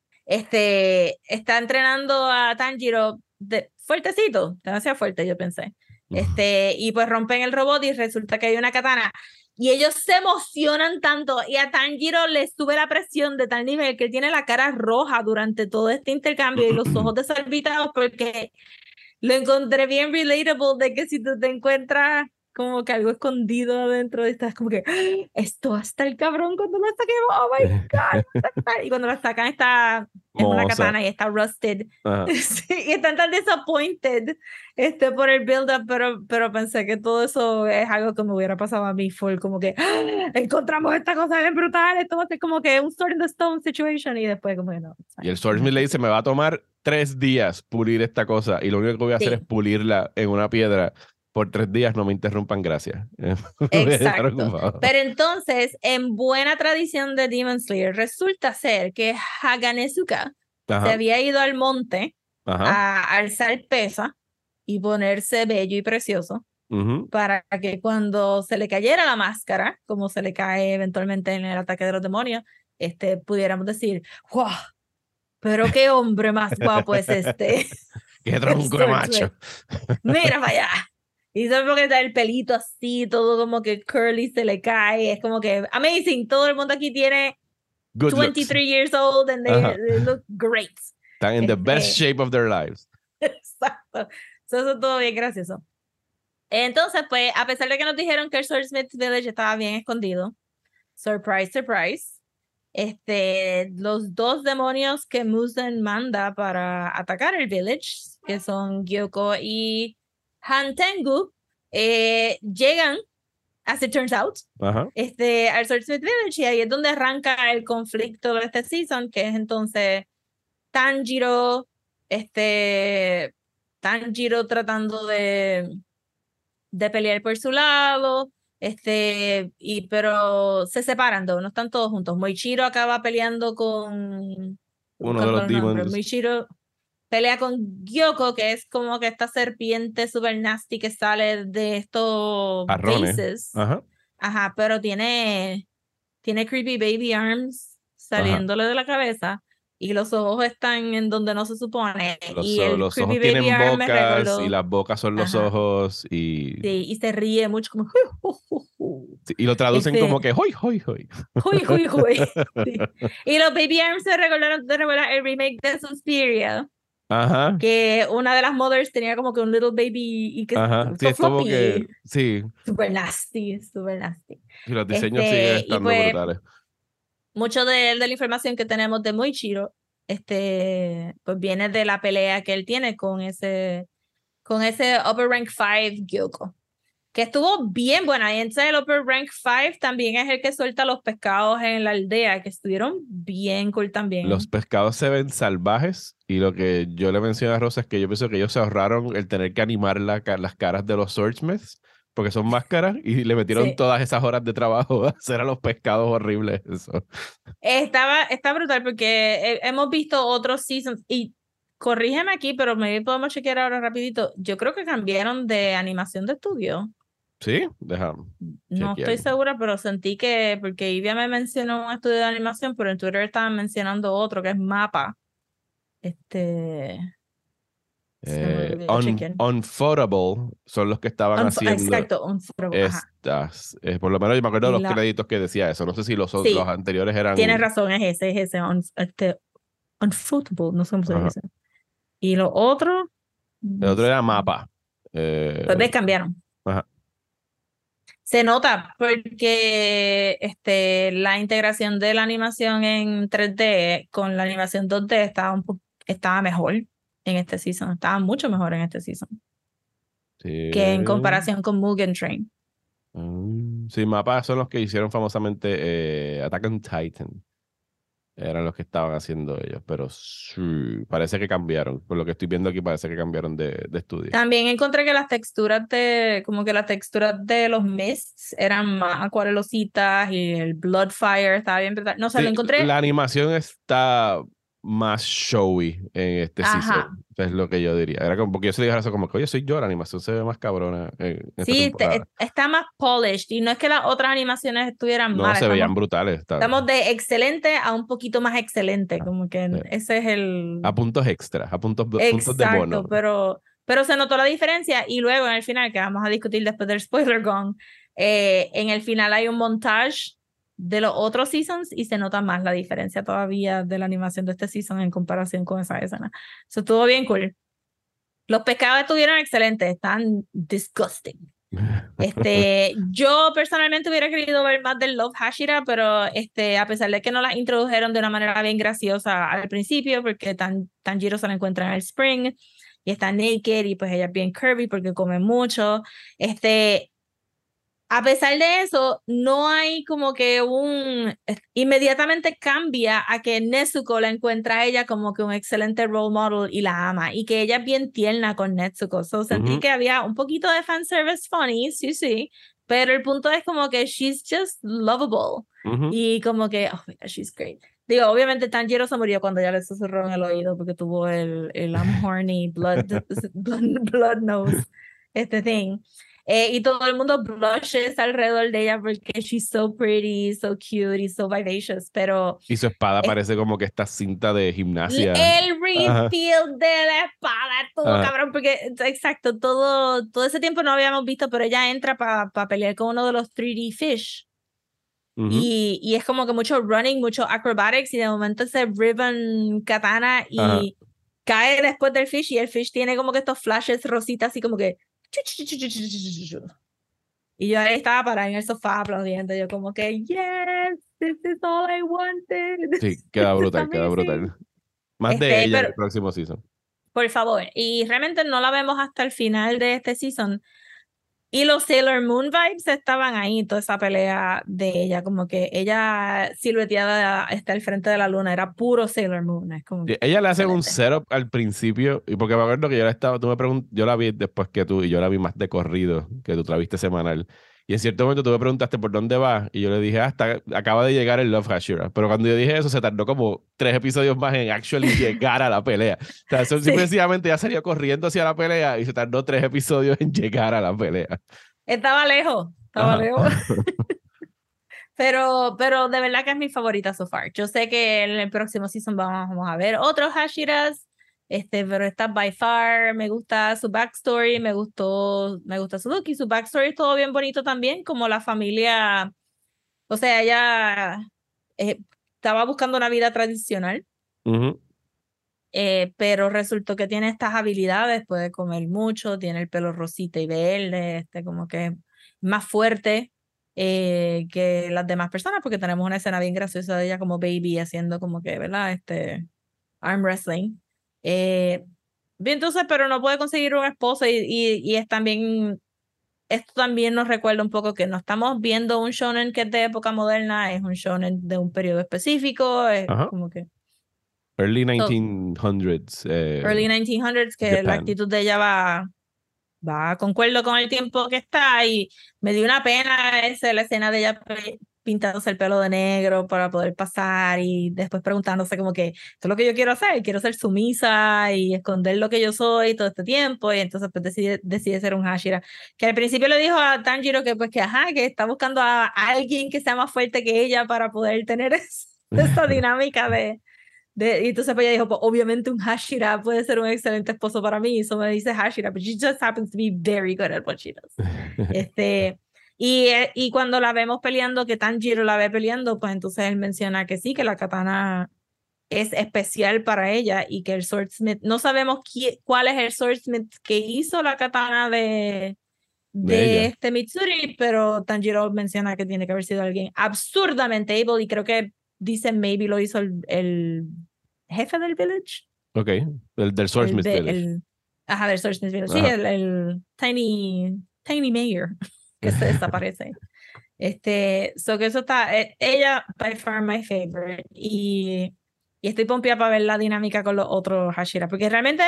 Este, está entrenando a Tanjiro de, fuertecito, demasiado fuerte, yo pensé. Este, y pues rompen el robot y resulta que hay una katana. Y ellos se emocionan tanto y a Tanjiro le sube la presión de tal nivel que él tiene la cara roja durante todo este intercambio y los ojos desorbitados porque lo encontré bien relatable de que si tú te encuentras como que algo escondido adentro, estás como que "¡Ah! Esto va a estar cabrón cuando lo saquemos, oh my god", y cuando la sacan está, es una Moza. katana y está rusted. Ajá. Sí, y están tan disappointed este, por el build-up, pero, pero pensé que todo eso es algo que me hubiera pasado a mí, fue como que "¡Ah! Encontramos esta cosa bien brutal, esto va a ser como que un sword in the stone situation", y después como que no, it's Y el fine, no Swordsmith le dice, me va a tomar tres días pulir esta cosa y lo único que voy a hacer es sí. pulirla en una piedra por tres días, no me interrumpan, gracias. Me quedé Exacto. preocupado. Pero entonces, en buena tradición de Demon Slayer, resulta ser que Haganezuka se Ajá, había ido al monte ajá, a alzar pesa y ponerse bello y precioso ujú. para que cuando se le cayera la máscara, como se le cae eventualmente en el ataque de los demonios, este, pudiéramos decir, ¡wow! Pero qué hombre más guapo es este, Qué el tronco de macho. Swordsmith. Mira para allá. Y solo porque está el pelito así, todo como que curly se le cae. Es como que amazing. Todo el mundo aquí tiene Good looks. twenty-three years old and they, Ajá. they look great. Están in the best Este, shape of their lives. exacto. So, eso es todo bien gracioso. Entonces, pues, a pesar de que nos dijeron que el Swordsmith Village estaba bien escondido, surprise, surprise, este, los dos demonios que Muzan manda para atacar el village, que son Gyoko y Hantengu, eh, llegan, as it turns out, Ajá. este, al Swordsmith Village y ahí es donde arranca el conflicto de este season, que es entonces Tanjiro, este, Tanjiro tratando de, de pelear por su lado, este, y, pero se separan, no, no están todos juntos. Moichiro acaba peleando con, Uno de buscando los los nombres, demons Moichiro pelea con Gyoko, que es como que esta serpiente super nasty que sale de estos arrones. vases. Ajá. Ajá, pero tiene, tiene creepy baby arms Ajá. saliéndole de la cabeza y los ojos están en donde no se supone. Los, Y o- el los creepy ojos baby tienen arm me bocas y recordó. las bocas son los Ajá. ojos y, Sí, y se ríe mucho como sí, y lo traducen como este que hoy, hoy, hoy. Huy, huy, huy. Sí. Y los Baby Arms se recordaron de revelar el remake de Suspiria, Ajá. que una de las mothers tenía como que un little baby y que Ajá. Sí, so es como que, floppy, sí, super nasty, super nasty. y los diseños siguen Este, y estando pues brutales. mucho de, de la información que tenemos de Moichiro, este, pues viene de la pelea que él tiene con ese, con ese Upper Rank five Gyoko. que estuvo bien buena. Y entonces el Upper Rank cinco también es el que suelta los pescados en la aldea, que estuvieron bien cool también. Los pescados se ven salvajes y lo que yo le mencioné a Rosa es que yo pienso que ellos se ahorraron el tener que animar la, ca- las caras de los swordsmiths porque son máscaras y le metieron Sí. todas esas horas de trabajo a hacer a los pescados horribles eso. Estaba, está brutal porque eh, hemos visto otros seasons y corrígeme aquí, pero me podemos chequear ahora rapidito. Yo creo que cambiaron de animación de estudio. ¿Sí? Déjame No chequear. estoy segura, pero sentí que, porque Ivia me mencionó un estudio de animación, pero en Twitter estaban mencionando otro que es Mapa. Este. Se me Eh, olvidó un, chequear. Unfootable son los que estaban Unf- haciendo Exacto, Unfootable, ajá. estas. Eh, por lo menos yo me acuerdo de Y los la- créditos que decía eso. No sé si los, o- Sí, los anteriores eran. tienes razón, es ese, es ese. un- este, Unfootable, no sé cómo se Ajá. dice. Y lo otro. El otro era este, Mapa. Eh, Pues ves, cambiaron. ajá. Se nota porque este, la integración de la animación en tres D con la animación dos D estaba, un po- estaba mejor en este season. Estaba mucho mejor en este season Sí. que en comparación con Mugen Train. Mm, sí, Mapa son los que hicieron famosamente eh, Attack on Titan. Eran los que estaban haciendo ellos, pero sí, parece que cambiaron. Por lo que estoy viendo aquí, parece que cambiaron de, de estudio. También encontré que las texturas de, como que las texturas de los mists eran más acuarelositas y el Bloodfire estaba bien brutal. No sé, Sí, lo encontré. la animación está más showy en este Ajá. season. Es lo que yo diría. Era como, porque yo se le dije a eso como que, oye, soy yo, la animación se ve más cabrona en, en esta Sí, te- temporada. está más polished y no es que las otras animaciones estuvieran No, malas, se estamos veían brutales. Está- Estamos de excelente a un poquito más excelente, Ah, como que sí. ese es el... A puntos extras, a puntos, puntos de bono. Exacto, pero, pero se notó la diferencia y luego en el final, que vamos a discutir después del spoiler gone, eh, en el final hay un montage de los otros seasons y se nota más la diferencia todavía de la animación de este season en comparación con esa escena. Eso estuvo bien cool. Los pescados estuvieron excelentes, están disgusting. Este, yo personalmente hubiera querido ver más del Love Hashira, pero este, a pesar de que no las introdujeron de una manera bien graciosa al principio, porque Tan, Tanjiro se la encuentra en el spring y está naked y pues ella es bien curvy porque come mucho. Este, a pesar de eso, no hay como que un... Inmediatamente cambia a que Nezuko la encuentra a ella como que un excelente role model y la ama. Y que ella es bien tierna con Nezuko. So, sentí Ujú. que había un poquito de fanservice funny, sí, sí. Pero el punto es como que she's just lovable. Ujú. Y como que, oh my God, she's great. Digo, obviamente Tanjiro se murió cuando ella le susurró en el oído porque tuvo el, el I'm horny, blood, blood, blood nose, este thing. Eh, y todo el mundo blushes alrededor de ella porque she's so pretty, so cute y so vivacious, pero Y su espada es- parece como que esta cinta de gimnasia. el Ajá. reveal de la espada estuvo Ajá. cabrón porque exacto, todo, todo ese tiempo no habíamos visto, pero ella entra para pa pelear con uno de los tres D fish. Ujú. Y, y es como que mucho running, mucho acrobatics y de momento ese ribbon katana y Ajá. cae después del fish y el fish tiene como que estos flashes rositas así como que y yo ahí estaba parada en el sofá aplaudiendo yo como que yes, this is all I wanted. Sí, queda brutal, It's queda amazing. brutal. Más Este, de ella en pero- el próximo season. Por favor, y realmente no la vemos hasta el final de este season. Y los Sailor Moon vibes estaban ahí, toda esa pelea de ella, como que ella silueteada está al frente de la luna, era puro Sailor Moon. Es como Y ella le hace un excelente. setup al principio, y porque me acuerdo que yo la estaba, tú me pregun- yo la vi después que tú, y yo la vi más de corrido, que tú la viste semanal. Y en cierto momento tú me preguntaste por dónde va, y yo le dije, hasta acaba de llegar el Love Hashira. Pero cuando yo dije eso, se tardó como tres episodios más en actually llegar a la pelea. O sea, eso Sí. simplemente ya salió corriendo hacia la pelea y se tardó tres episodios en llegar a la pelea. Estaba lejos, estaba Ajá. lejos. Pero, pero de verdad que es mi favorita so far. Yo sé que en el próximo season vamos, vamos a ver otros Hashiras, este, pero esta by far me gusta su backstory, me gustó, me gusta su look y su backstory es todo bien bonito también, como la familia, o sea, ella eh, estaba buscando una vida tradicional, Ujú. eh, pero resultó que tiene estas habilidades, puede comer mucho, tiene el pelo rosita y verde, este, como que más fuerte eh, que las demás personas, porque tenemos una escena bien graciosa de ella como baby haciendo como que, ¿verdad? Este, arm wrestling. Eh, bien, entonces, pero no puede conseguir un esposo y, y, y es también esto también nos recuerda un poco que no estamos viendo un shonen que es de época moderna, es un shonen de un periodo específico, es Ajá. como que Early so, nineteen hundreds. Eh, early nineteen hundreds, que Japan. la actitud de ella va, va concuerdo con el tiempo que está, y me dio una pena esa, la escena de ella pe- pintándose el pelo de negro para poder pasar y después preguntándose como que esto es lo que yo quiero hacer, quiero ser sumisa y esconder lo que yo soy todo este tiempo, y entonces pues decide, decide ser un Hashira, que al principio le dijo a Tanjiro que pues que ajá, que está buscando a alguien que sea más fuerte que ella para poder tener es- esa dinámica de, de, y entonces pues ella dijo, pues obviamente un Hashira puede ser un excelente esposo para mí, eso me dice Hashira, but she just happens to be very good at what she does. Este, y, eh, y cuando la vemos peleando, que Tanjiro la ve peleando, pues entonces él menciona que sí, que la katana es especial para ella y que el swordsmith, no sabemos qui- cuál es el swordsmith que hizo la katana de, De de ella. este Mitsuri, pero Tanjiro menciona que tiene que haber sido alguien absurdamente able, y creo que dice maybe lo hizo el, el jefe del village. Ok, el del El, Swordsmith ve- Village. el, ajá, del Swordsmith Village. Sí, Ajá. el, el Tiny, Tiny Mayor que se desaparece. Este, so que eso está, eh, ella, by far my favorite. Y, y estoy pompeada para ver la dinámica con los otros Hashira, porque realmente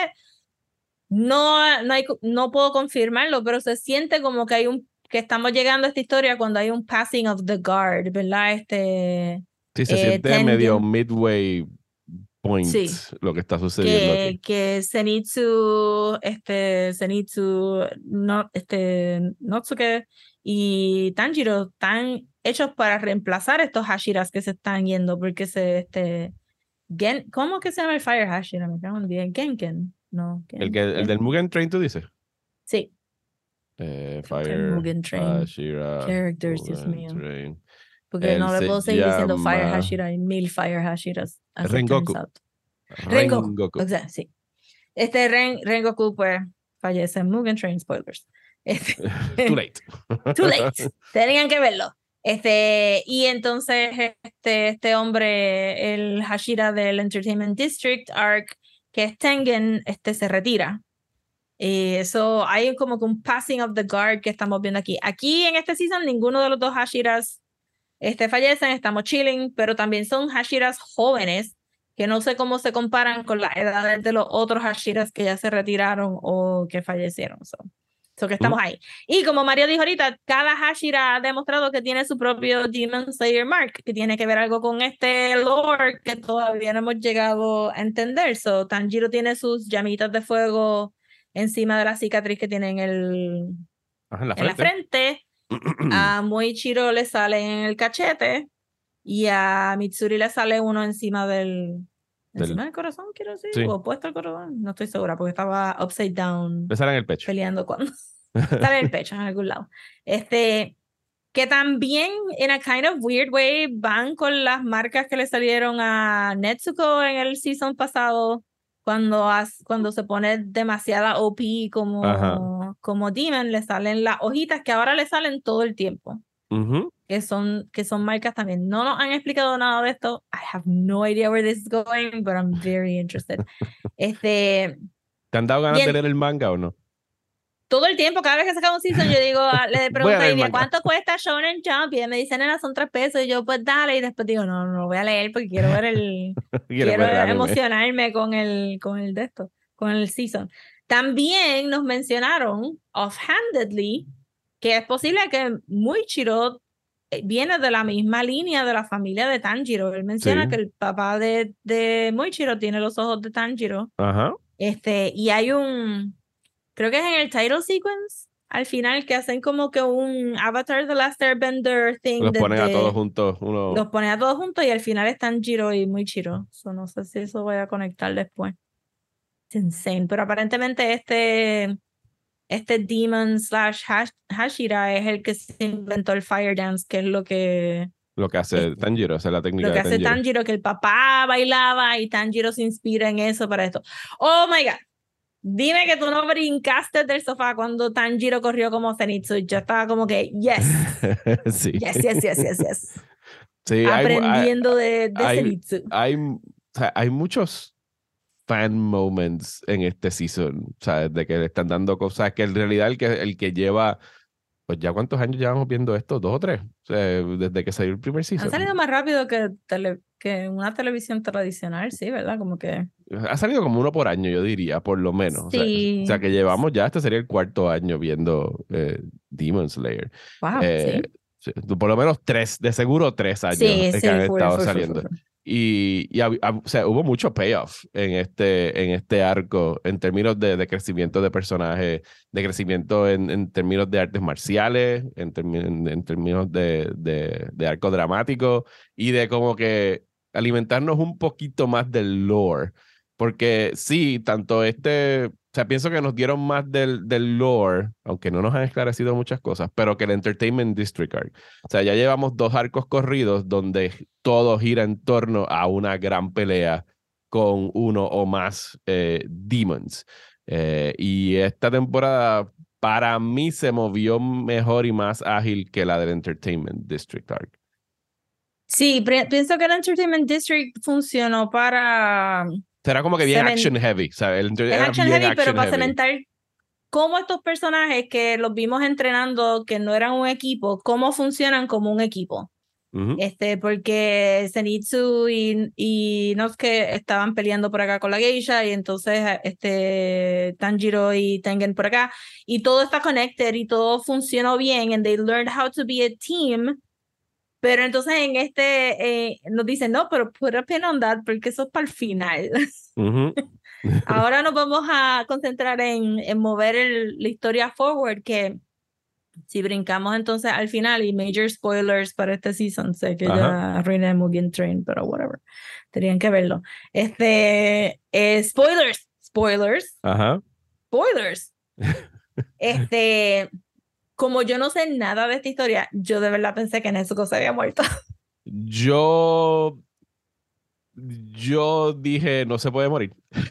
no, no, hay, no puedo confirmarlo, pero se siente como que hay un, que estamos llegando a esta historia cuando hay un passing of the guard, ¿verdad? Este, Sí, se eh, siente medio Tengen, midway point sí, lo que está sucediendo que, aquí. que Zenitsu, este, Zenitsu, no, este, Notsuke y Tanjiro están hechos para reemplazar estos Hashiras que se están yendo, porque se, este, Gen, ¿cómo que se llama el Fire Hashira? Me cago en diez. Genken, no, El, Gen, que, el Gen- del Mugen Train, tú dices. sí, Eh, creo que el Fire, Mugen Train, Hashira, characters, Dios Mugen mío, Train. porque Él no le se puedo seguir diciendo Fire llama Hashira, hay mil Fire Hashiras, as it turns Rengoku. out. Rengoku, Rengoku. o sea, sí. Este Ren, Rengoku pues fallece en Mugen Train, spoilers. Este, Too late. too late, tenían que verlo. Este, y entonces este, este hombre, el Hashira del Entertainment District Arc, que es Tengen, este, se retira. Y eso, hay como que un passing of the guard que estamos viendo aquí. Aquí en este season ninguno de los dos Hashiras este, fallecen, estamos chilling, pero también son Hashiras jóvenes que no sé cómo se comparan con las edades de los otros Hashiras que ya se retiraron o que fallecieron. So, so que estamos ahí. Y como Mario dijo ahorita, cada Hashira ha demostrado que tiene su propio Demon Slayer Mark, que tiene que ver algo con este lore que todavía no hemos llegado a entender. So, Tanjiro tiene sus llamitas de fuego encima de la cicatriz que tiene en, el, Ajá, en la en la frente. frente. A Moichiro le sale en el cachete y a Mitsuri le sale uno encima del, Del- encima del corazón, quiero decir, Sí. o opuesto al corazón, no estoy segura porque estaba upside down Le sale en el pecho. peleando cuando sale en el pecho en algún lado. Este, que también en a kind of weird way van con las marcas que le salieron a Netsuko en el season pasado cuando, has, cuando se pone demasiada O P como, como Demon, le salen las hojitas que ahora le salen todo el tiempo, Ujú. que son, que son marcas también. No nos han explicado nada de esto. I have no idea where this is going, but I'm very interested. Este, ¿Te han dado ganas Bien. de leer el manga o no? todo el tiempo, cada vez que saca un season, yo digo, ah, le Voy a pregunto a leer Ivia, manga. ¿cuánto cuesta Shonen Jump? Y ella me dice, nena, son tres pesos. Y yo, pues dale. Y después digo, no, no lo voy a leer porque quiero ver el, Quiero quiero ver el anime. emocionarme con el, con el de esto, con el season. También nos mencionaron offhandedly que es posible que Muichiro eh, viene de la misma línea de la familia de Tanjiro. Él menciona Sí. que el papá de, de Muichiro tiene los ojos de Tanjiro. Ajá. Este, y hay un, creo que es en el title sequence, al final, que hacen como que un Avatar The Last Airbender thing. Los ponen a desde- todos juntos. Uno... Los ponen a todos juntos y al final están Jiro y Muichiro. So, no sé si eso voy a conectar después. Es insane. Pero aparentemente este, este Demon slash Hash- Hashira es el que se inventó el Fire Dance, que es lo que, Lo que hace Este, Tanjiro, o sea, la técnica lo que de hace Tanjiro. Tanjiro, que el papá bailaba y Tanjiro se inspira en eso para esto. Oh my God. Dime que tú no brincaste del sofá cuando Tanjiro corrió como Zenitsu. Yo estaba como que, yes, Sí. yes, yes, yes, yes, yes. Sí, hay, hay, Aprendiendo de, de hay, Zenitsu. hay, o sea, hay muchos fan moments en este season, ¿sabes? De que le están dando cosas que en realidad el que, el que lleva pues ya cuántos años llevamos viendo esto, dos o tres, o sea, desde que salió el primer Han season. salido más rápido que, tele, que una televisión tradicional, sí, ¿verdad? Como que... Ha salido como uno por año, yo diría, por lo menos. O sea, Sí. o sea que llevamos ya, este sería el cuarto año viendo eh, Demon Slayer. Wow, Eh, sí. sí, por lo menos tres, de seguro tres años Sí, eh, sí, que han full, estado full, full, saliendo. full, full. Y, y hab- hab- o sea, hubo mucho payoff en este, en este arco en términos de, de crecimiento de personajes, de crecimiento en, en términos de artes marciales, en, termi- en, en términos de, de, de arco dramático y de como que alimentarnos un poquito más del lore. Porque sí, tanto este, o sea, pienso que nos dieron más del, del lore, aunque no nos han esclarecido muchas cosas, pero que el Entertainment District Arc. O sea, ya llevamos dos arcos corridos donde todo gira en torno a una gran pelea con uno o más eh, demons. Eh, y esta temporada, para mí, se movió mejor y más ágil que la del Entertainment District Arc. Sí, pre- pienso que el Entertainment District funcionó para... Será como que bien cemen- action heavy, ¿sabes? El enter- Es era action bien heavy, pero action para heavy. cementar cómo estos personajes que los vimos entrenando, que no eran un equipo, cómo funcionan como un equipo. Ujú. Este, porque Zenitsu y, y Nosuke estaban peleando por acá con la geisha, y entonces este, Tanjiro y Tengen por acá, y todo está connected y todo funcionó bien, and they learned how to be a team. Pero entonces en este eh, nos dicen, no, pero put a pin on that porque eso es para el final. Ujú. Ahora nos vamos a concentrar en, en mover el, la historia forward, que si brincamos entonces al final, y major spoilers para este season, sé que Ajá. ya arruiné Mugen Train, pero whatever, tenían que verlo. Este, eh, spoilers, spoilers, Ajá. spoilers. Este, como yo no sé nada de esta historia, yo de verdad pensé que Nezuko se había muerto. Yo, yo dije, no se puede morir.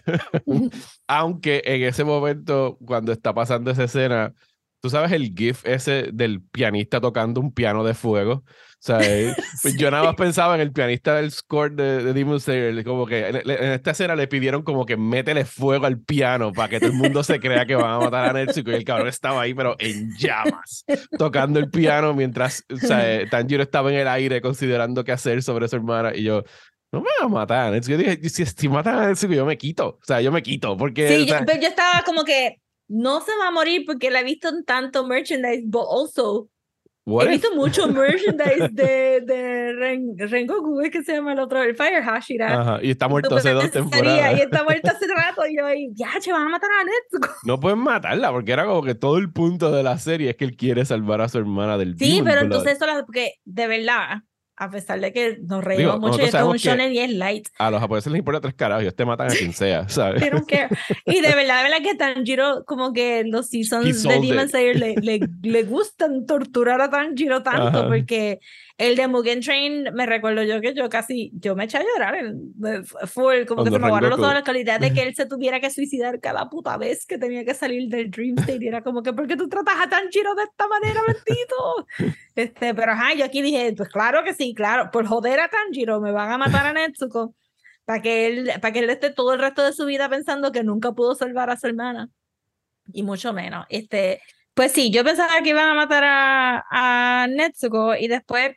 Aunque en ese momento, cuando está pasando esa escena, tú sabes el GIF ese del pianista tocando un piano de fuego. O sea, eh, pues yo nada más pensaba en el pianista del score de, de Demon Slayer, como que en, en esta escena le pidieron como que métele fuego al piano para que todo el mundo se crea que van a matar a Netsuko, y el cabrón estaba ahí pero en llamas tocando el piano mientras, o sea, eh, Tanjiro estaba en el aire considerando qué hacer sobre su hermana, y yo, no me van a matar a Netsuko. Yo dije, si, si matan a Netsuko yo me quito, o sea, yo me quito porque, Sí, o yo, sea, pero yo estaba como que no se va a morir porque la he visto en tanto merchandise, but also what he if? visto mucho merchandise de, de Ren, Rengoku, es que se llama el otro, el Fire Hashira. Ajá, y está Y muerto tú hace dos pensaría, temporadas. y está muerto hace rato, y yo ahí, ya, che, van a matar a Netsuko. No pueden matarla porque era como que todo el punto de la serie es que él quiere salvar a su hermana del Sí, Demon pero Blood. entonces eso, la- porque de verdad, a pesar de que nos Digo, reímos mucho y nosotros esto es un sabemos que shonen y es light, a los japoneses les importa tres carajos, ellos te matan a quien sea, ¿sabes? they don't care. Y de verdad, de verdad que Tanjiro, como que los He seasons de sold Demon it. Slayer le, le, le gustan torturar a Tanjiro tanto, Ajá. porque el de Mugen Train, me recuerdo yo que yo casi, yo me eché a llorar, el- fue como que Cuando se me aguaron los Rengoku. ojos, la calidad de que él se tuviera que suicidar cada puta vez que tenía que salir del Dream State, y era como que, ¿por qué tú tratas a Tanjiro de esta manera, bendito? Este, pero ajá, yo aquí dije, pues claro que sí, claro, por joder a Tanjiro me van a matar a Netsuko, para que él, para que él esté todo el resto de su vida pensando que nunca pudo salvar a su hermana, y mucho menos. Este, pues sí, yo pensaba que iban a matar a, a Netsuko, y después,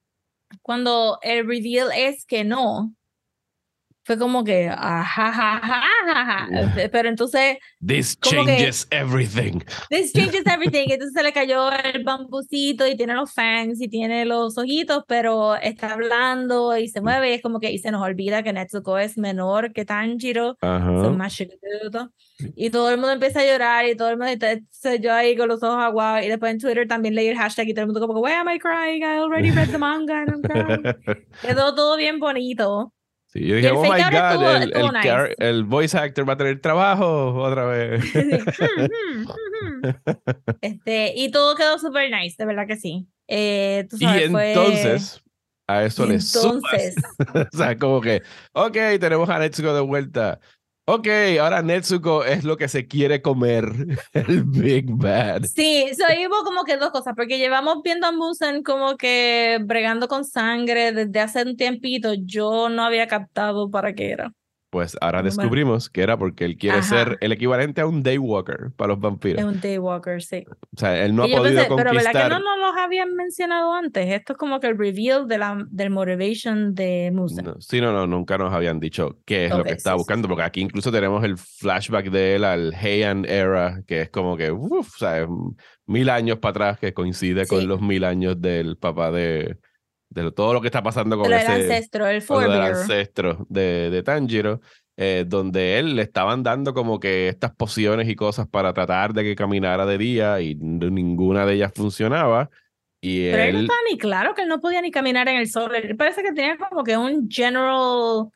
cuando el reveal es que no, fue como que, ajá, ajá, ajá, ajá. Pero entonces, This como que, changes everything. this changes everything. Entonces se le cayó el bambucito y tiene los fangs y tiene los ojitos, pero está hablando y se mueve. Y es como que, y se nos olvida que Netsuko es menor que Tanjiro, Ajá. son más chiquititos. Y todo el mundo empieza a llorar, y todo el mundo está, entonces yo ahí con los ojos aguados. Y después en Twitter también leí el hashtag y todo el mundo como, why am I crying? I already read the manga and I'm crying. Quedó todo bien bonito. Sí, yo Y dije, el oh fake my out God, estuvo, el, estuvo el, nice. car- el voice actor va a tener trabajo otra vez. Sí. Hmm, hmm, hmm, hmm. Este, y todo quedó súper nice, de verdad que sí. Eh, tú Y sabes, fue... entonces, a eso Y le sumas. entonces, O sea, como que, ok, tenemos a Netsuko de vuelta. Ok, ahora Netsuko es lo que se quiere comer, el Big Bad. sí, so, ahí hubo como que dos cosas, porque llevamos viendo a Muzan como que bregando con sangre desde hace un tiempito. Yo no había captado para qué era. Pues ahora Número- descubrimos que era porque él quiere Ajá. ser el equivalente a un Daywalker para los Es vampiros. un Daywalker, sí. O sea, él no Y ha yo podido pensé, pero ¿verdad que conquistar. no nos los habían mencionado antes? Esto es como que el reveal de la, del motivation de Musa. No, sí, no, no, nunca nos habían dicho qué es lo Ok, que estaba sí, sí, buscando, sí. porque aquí incluso tenemos el flashback de él al Heian Era, que es como que, uff, o sea, es mil años para atrás, que coincide con Sí. los mil años del papá de, de todo lo que está pasando con Pero el ese, ancestro, el con lo del forebearer. ancestro de, de Tanjiro, eh, donde él le estaban dando como que estas pociones y cosas para tratar de que caminara de día y n- ninguna de ellas funcionaba. Y Pero él no él, estaba ni claro que él no podía ni caminar en el sol. Él parece que tenía como que un general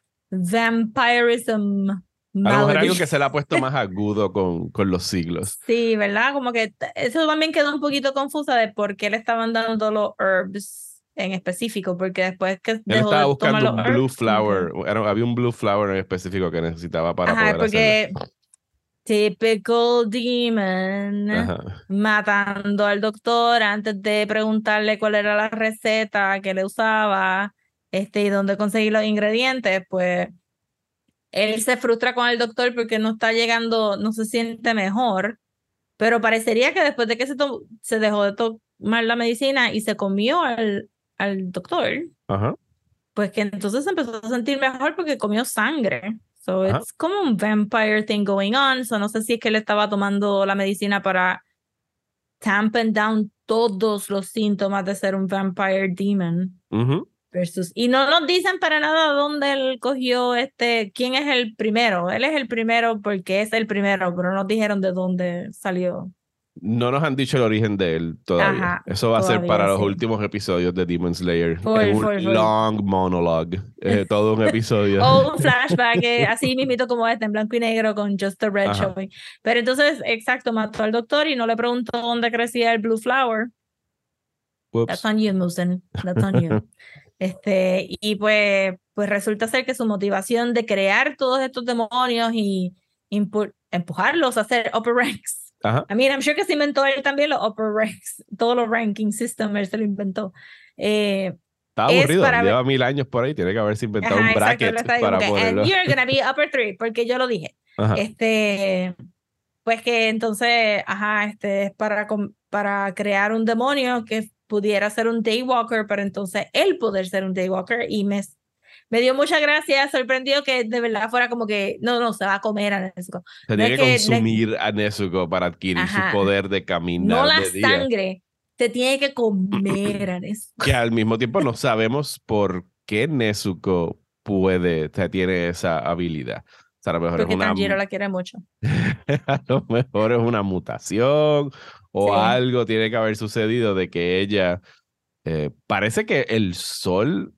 vampirism a lo mejor malady. algo que se le ha puesto más agudo con, con los siglos. Sí, ¿verdad? Como que t- eso también quedó un poquito confusa de por qué le estaban dando los herbs en específico, porque después que Él dejó estaba de tomar buscando los un blue herbs, como que- flower. Era- había un blue flower en específico que necesitaba para Ajá, poder hacerlo. porque typical demon Ajá. matando al doctor antes de preguntarle cuál era la receta que le usaba, este, y dónde conseguir los ingredientes, pues él se frustra con el doctor porque no está llegando, no se siente mejor, pero parecería que después de que se, to- se dejó de tomar la medicina y se comió al, al doctor, Ajá. pues que entonces se empezó a sentir mejor porque comió sangre. So Ajá. it's como un vampire thing going on. So no sé si es que él estaba tomando la medicina para tampen down todos los síntomas de ser un vampire demon. Ujú. Versus, y no nos dicen para nada dónde él cogió este, quién es el primero. Él es el primero porque es el primero, pero no nos dijeron de dónde salió. No nos han dicho el origen de él todavía. Ajá, Eso va a ser todavía, para los sí. últimos episodios de Demon Slayer. Full, es un full, full. long monologue. Es todo un episodio. O un flashback, eh, así mismito como este, en blanco y negro, con Just the Red Ajá. showing. Pero entonces, exacto, mató al doctor y no le preguntó dónde crecía el Blue Flower. That's Whoops. on you, Musen. That's on you. Este, y pues, pues resulta ser que su motivación de crear todos estos demonios y impu- empujarlos a hacer upper ranks. Ajá. I mean, I'm sure que se inventó él también los upper ranks, todos los ranking systems, él se lo inventó. Eh, Está es aburrido. para ver- Lleva mil años por ahí. Tiene que haberse inventado Ajá, un exacto, bracket él está ahí para como que, ponerlo. and you're gonna be upper three, porque yo lo dije. Ajá. Este, pues que entonces, ajá, este es para, com- para crear un demonio que pudiera ser un Daywalker, pero entonces él poder ser un Daywalker, y me, me dio mucha gracia, sorprendió que de verdad fuera como que, no, no, se va a comer a Nezuko. Se No tiene es que que ne- consumir a Nezuko para adquirir Ajá. su poder de caminar No la de día. sangre, te tiene que comer a Nezuko. Que al mismo tiempo no sabemos por qué Nezuko puede, o sea, tiene esa habilidad. O sea, a lo mejor Porque es una, Tanjiro la quiere mucho. a lo mejor es una mutación o Sí. algo tiene que haber sucedido de que ella, eh, parece que el sol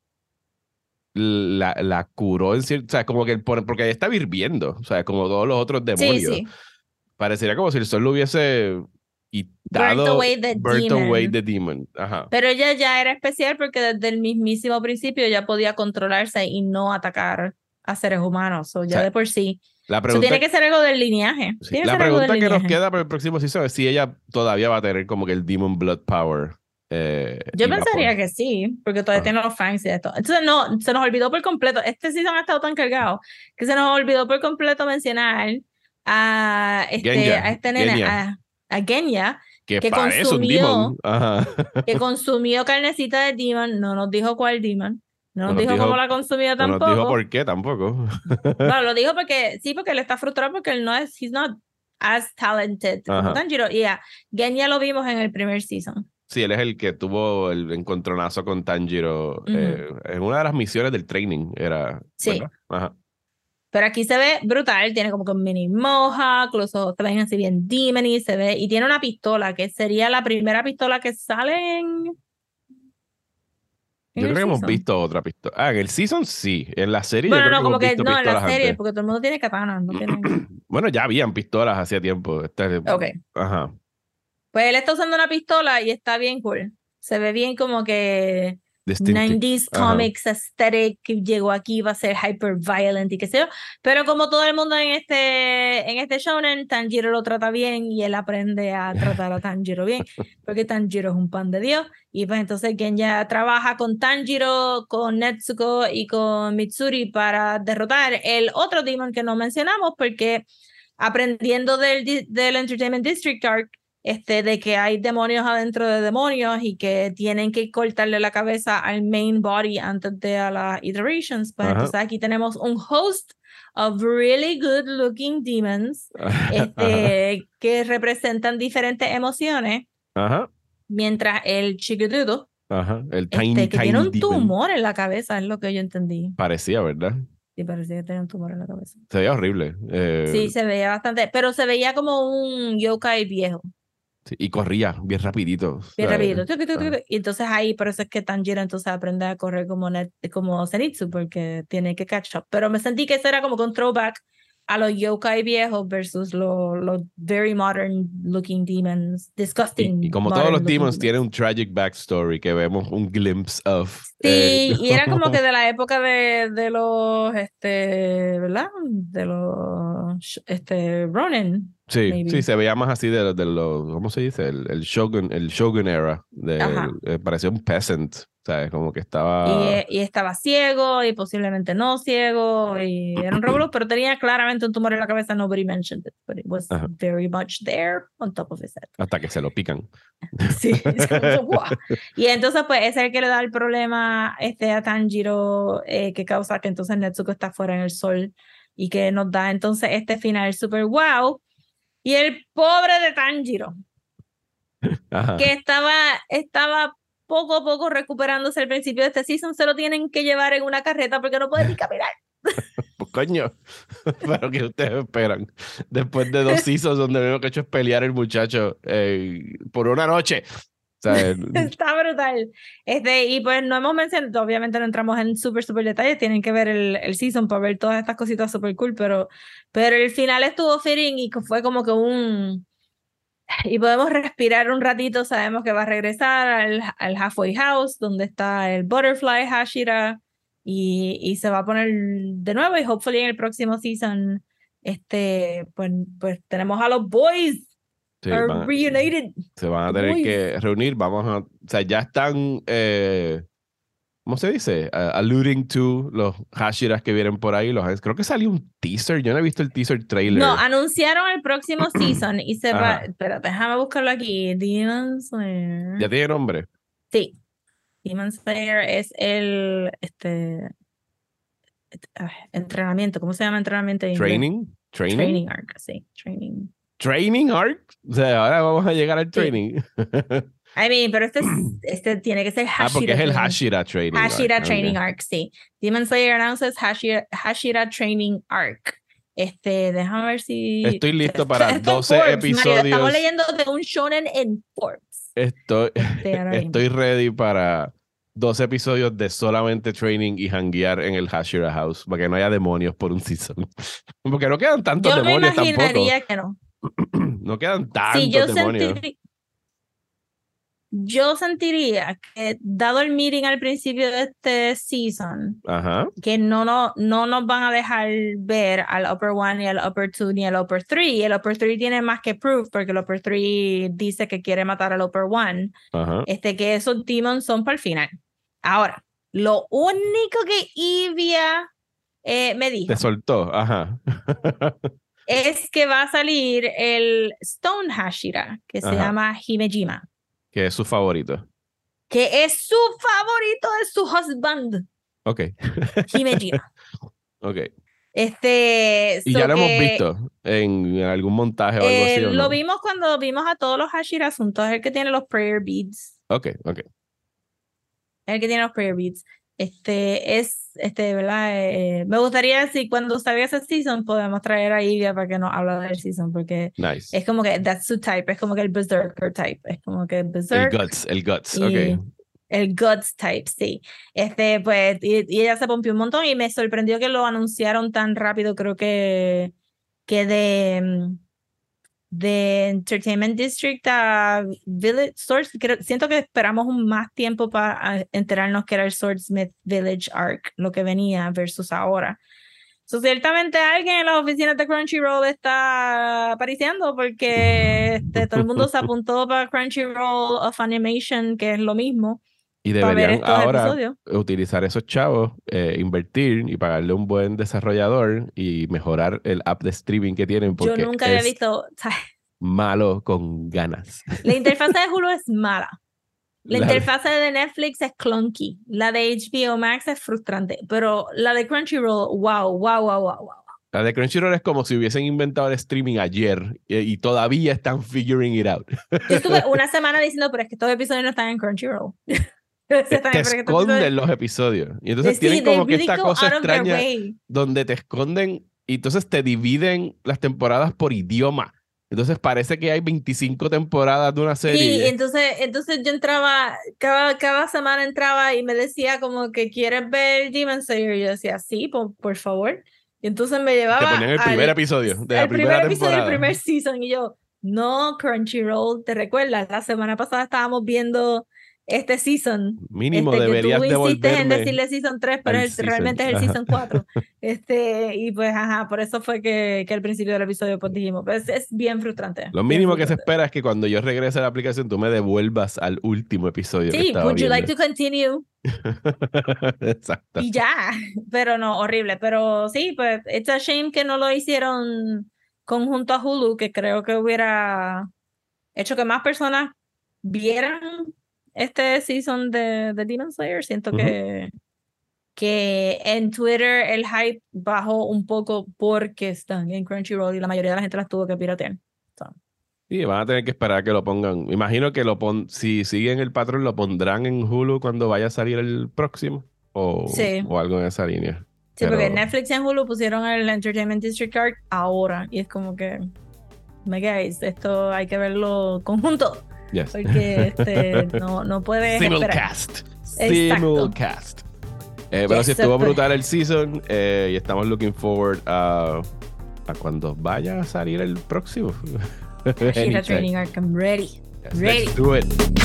la, la curó en cierto, o sea, como que el- por- porque ella está hirviendo, o sea, como todos los otros demonios. Sí, sí. Parecería como si el sol lo hubiese quitado, Burnt away the burnt demon. away the demon. Ajá. Pero ella ya era especial porque desde el mismísimo principio ya podía controlarse y no atacar a seres humanos. O ya O sea, de por sí. La Eso pregunta, tiene que ser algo del lineaje. sí, Tiene que la ser algo pregunta del que nos lineaje. queda para el próximo season es si ella todavía va a tener como que el Demon Blood Power. eh, Yo y va a pensaría poder- que sí, porque todavía Ah. tiene los fangs y esto. Entonces, no, se nos olvidó por completo. Este season ha estado tan cargado que se nos olvidó por completo mencionar a este, Genya, a este nene, Genya. a, a Genya, que, que parece un consumió- demon. Ajá. que consumió carnecita de demon. No nos dijo cuál demon. No nos No nos dijo, dijo- cómo la consumió No tampoco. nos dijo por qué tampoco. Bueno, lo dijo porque sí, porque él está frustrado porque él no es, he's not as talented como Ajá. Tanjiro. Y a Genya lo vimos en el primer season. Sí, él es el que tuvo el encontronazo con Tanjiro eh, en una de las misiones del training. Era, Sí. ¿verdad? Ajá. Pero aquí se ve brutal, tiene como que un mini mohawk, los ojos se ven así bien demony, se ve, y tiene una pistola, que sería la primera pistola que sale en... en Yo el creo que hemos season. visto otra pistola. Ah, en el season sí. En la serie Bueno, yo creo no, que como hemos que visto no, en la pistolas serie, antes. porque todo el mundo tiene katanas, no tienen... Bueno, ya habían pistolas hacía tiempo. Este- Ok. Ajá. Pues él está usando una pistola y está bien cool. Se ve bien como que Distinctive. nineties Ajá. comics aesthetic que llegó aquí, va a ser hyper violent y qué sé yo, pero como todo el mundo en este en este shonen, Tanjiro lo trata bien y él aprende a tratar a Tanjiro bien, porque Tanjiro es un pan de Dios, y pues entonces Genya trabaja con Tanjiro, con Netsuko y con Mitsuri para derrotar el otro demon que no mencionamos, porque aprendiendo del, di- del Entertainment District Arc, este, de que hay demonios adentro de demonios y que tienen que cortarle la cabeza al main body antes de a las iterations. Pues Ajá. entonces aquí tenemos un host of really good looking demons Ajá. este, que representan diferentes emociones, Ajá. mientras el chiquitudo, Ajá. El tiny, este, que tiny tiene un demon. tumor en la cabeza, es lo que yo entendí. Parecía, ¿verdad? Sí, parecía que tenía un tumor en la cabeza. Se veía horrible. Eh, Sí, se veía bastante, pero se veía como un yokai viejo. sí, y corría bien rapidito. Bien ¿sabes? rapidito. Tuc, tuc, tuc, Ajá. tuc. Y entonces ahí, por eso es que Tanjiro entonces aprende a correr como, Net, como Zenitsu, porque tiene que catch up. Pero me sentí que eso era como un throwback a los yokai viejos versus los, los very modern looking demons, Y, disgusting y como todos modern los looking demons, tiene demons. un tragic backstory que vemos un glimpse of. Sí, eh, y era como que de la época de, de los, este, ¿verdad? De los, este, Ronin, Sí, maybe. sí, se veía más así de, de los, ¿cómo se dice? El, el Shogun, el Shogun era. De, Ajá. eh, parecía un peasant, ¿sabes? Como que Y, estaba. y estaba ciego y posiblemente no ciego y era un revolú, pero tenía claramente un tumor en la cabeza. Nobody mentioned it, but it was Ajá. very much there on top of his head. Hasta que se lo pican. Sí, es como, ¡guau! Y entonces pues ese es el que le da el problema este, a Tanjiro, eh, que causa que entonces Netsuko está fuera en el sol y que nos da entonces este final super wow. Y el pobre de Tanjiro, Ajá. que estaba, estaba poco a poco recuperándose al principio de este season, se lo tienen que llevar en una carreta porque no puede ni caminar. Pues coño, pero que ustedes esperan. Después de dos seasons donde lo único que he hecho es pelear el muchacho eh, por una noche. O sea, Está brutal. Este, y pues no hemos mencionado, obviamente no entramos en súper, súper detalles, tienen que ver el, el season para ver todas estas cositas súper cool, pero, pero el final estuvo fitting y fue como que un... Y podemos respirar un ratito, sabemos que va a regresar al, al Halfway House, donde está el Butterfly Hashira, y, y se va a poner de nuevo, y hopefully en el próximo season, este, pues, pues tenemos a los boys sí, are van a- reunited. se van a The tener boys. que reunir. Vamos a. O sea, ya están. Eh, ¿cómo se dice? Uh, alluding to los Hashiras que vienen por ahí. Los, creo que salió un teaser. Yo no he visto el teaser trailer. No, anunciaron el próximo season y se va. Ajá. Espera, déjame buscarlo aquí. Demon Slayer. ¿Ya tiene nombre? Sí. Demon Slayer es el este, este, ah, entrenamiento. ¿Cómo se llama entrenamiento en inglés? Training. Training. Training arc, sí. Training. Training arc. O sea, ahora vamos a llegar al Sí. training. I mean, pero este, es, este tiene que ser Hashira. Ah, porque es el Training. Hashira Training arc. Hashira Ok. Training Arc, sí. Demon Slayer announces Hashira, Hashira Training Arc. Este, déjame ver si. Estoy listo para Esto en doce Forbes, episodios. Mario, estamos leyendo de un shonen en Forbes. Estoy, Este, ahora mismo. estoy ready para doce episodios de solamente training y hanguear en el Hashira House para que no haya demonios por un season. Porque no quedan tantos Yo me demonios tampoco. imaginaría que no. No quedan tantos Sí, yo demonios. sentiría. Yo sentiría que, dado el meeting al principio de este season, Ajá. que no, no, no nos van a dejar ver al Upper One, ni al Upper Two, ni al Upper Three. El Upper Three tiene más que proof, porque el Upper Three dice que quiere matar al Upper One. Ajá. Este, que esos demons son para el final. Ahora, lo único que Ivia eh, me dijo Te soltó. Ajá. es que va a salir el Stone Hashira, que se Ajá. llama Himejima, Que es su favorito. que es su favorito, es su husband, Ok. Himejima. Ok. Este, Y so ya lo hemos que, visto en algún montaje o algo eh, así, ¿o lo no? vimos cuando vimos a todos los Hashira juntos, es el que tiene los prayer beads. Ok, ok. Es el que tiene los prayer beads. Este es, este, ¿verdad? Eh, me gustaría si cuando salga ese season podemos traer a Ivia para que nos hable del season, porque Nice. es como que that's su type, es como que el berserker type, es como que El berserk guts, el guts. y Ok. el guts type, sí. Este, pues, y, y ella se pompió un montón y me sorprendió que lo anunciaron tan rápido, creo que, que de, mm, de Entertainment District a Village Sword, creo, siento que esperamos un más tiempo para enterarnos que era el Swordsmith Village Arc, lo que venía versus ahora. So, ciertamente alguien en las oficinas de Crunchyroll está apareciendo porque este, todo el mundo se apuntó para Crunchyroll of Animation, que es lo mismo. Y deberían ahora episodios. utilizar esos chavos, eh, invertir y pagarle un buen desarrollador y mejorar el app de streaming que tienen porque yo nunca había visto malo con ganas. La interfaz de Hulu es mala. La, la interfaz de Netflix es clunky. La de H B O Max es frustrante. Pero la de Crunchyroll, wow, wow, wow, wow, wow. La de Crunchyroll es como si hubiesen inventado el streaming ayer y, y todavía están figuring it out. Yo estuve una semana diciendo, pero es que estos episodios no están en Crunchyroll. Te, te esconden los episodios. Y entonces sí, tienen como que really esta cosa extraña donde te esconden y entonces te dividen las temporadas por idioma. Entonces parece que hay veinticinco temporadas de una serie. Sí, entonces, entonces yo entraba, cada, cada semana entraba y me decía como que ¿quieres ver Demon Slayer? Y yo decía, sí, por, por favor. Y entonces me llevaba te ponían el primer al, episodio de la el primera primer temporada. episodio, el primer season. Y yo, no, Crunchyroll, ¿te recuerdas? La semana pasada estábamos viendo este season. Mínimo este, deberías que tú insistes en devolverme decirle season tres, pero el, realmente es el season cuatro. Este, y pues, ajá, por eso fue que, que al principio del episodio pues dijimos, pues es bien frustrante. Lo mínimo que se espera es que cuando yo regrese a la aplicación tú me devuelvas al último episodio. Sí, que estaba would you viendo. like to continue? Exacto. Y ya, pero no, horrible. Pero sí, pues, it's a shame que no lo hicieron conjunto a Hulu, que creo que hubiera hecho que más personas vieran este season de, de Demon Slayer. Siento uh-huh. que, que en Twitter el hype bajó un poco porque están en Crunchyroll y la mayoría de la gente las tuvo que piratear. So. Sí, van a tener que esperar a que lo pongan. Imagino que lo pon si siguen el patrón lo pondrán en Hulu cuando vaya a salir el próximo o, sí. o algo en esa línea. Sí, Pero... porque Netflix y en Hulu pusieron el Entertainment District Arc ahora y es como que, me guys, esto hay que verlo conjunto. Yes. Porque este, no, no puedes Simulcast. Simulcast. Eh, pero yes, sí estuvo brutal el season eh, y estamos looking forward a, a cuando vaya a salir el próximo. Ashira Training Arc, I'm ready. Yes, ready. Let's do it.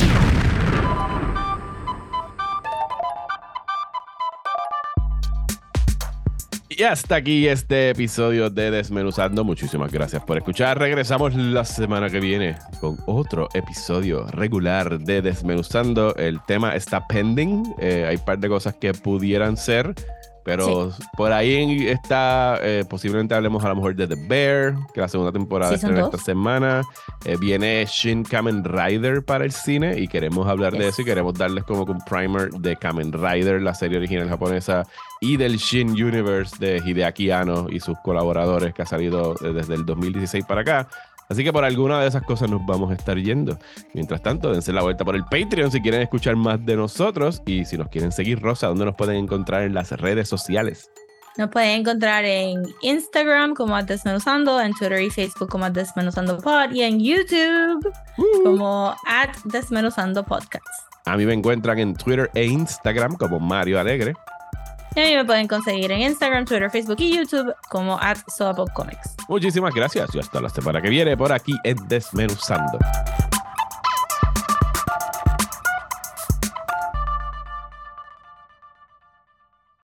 Y hasta aquí este episodio de Desmenuzando. Muchísimas gracias por escuchar. Regresamos la semana que viene con otro episodio regular de Desmenuzando. El tema está pending. Eh, hay un par de cosas que pudieran ser, pero sí. por ahí está, eh, posiblemente hablemos a lo mejor de The Bear, que la segunda temporada sí, estrena esta semana. Eh, viene Shin Kamen Rider para el cine y queremos hablar yes. de eso y queremos darles como un primer de Kamen Rider, la serie original japonesa, y del Shin Universe de Hideaki Anno y sus colaboradores que ha salido desde el dos mil dieciséis para acá. Así que por alguna de esas cosas nos vamos a estar yendo. Mientras tanto, dense la vuelta por el Patreon si quieren escuchar más de nosotros. Y si nos quieren seguir, Rosa, ¿dónde nos pueden encontrar en las redes sociales? Nos pueden encontrar en Instagram como Desmenuzando, en Twitter y Facebook como Desmenuzando Pod y en YouTube uh. como at Desmenuzando Podcast. A mí me encuentran en Twitter e Instagram como Mario Alegre. Y a mí me pueden conseguir en Instagram, Twitter, Facebook y YouTube como at Soapopcomics. Muchísimas gracias y hasta la semana que viene por aquí en Desmenuzando.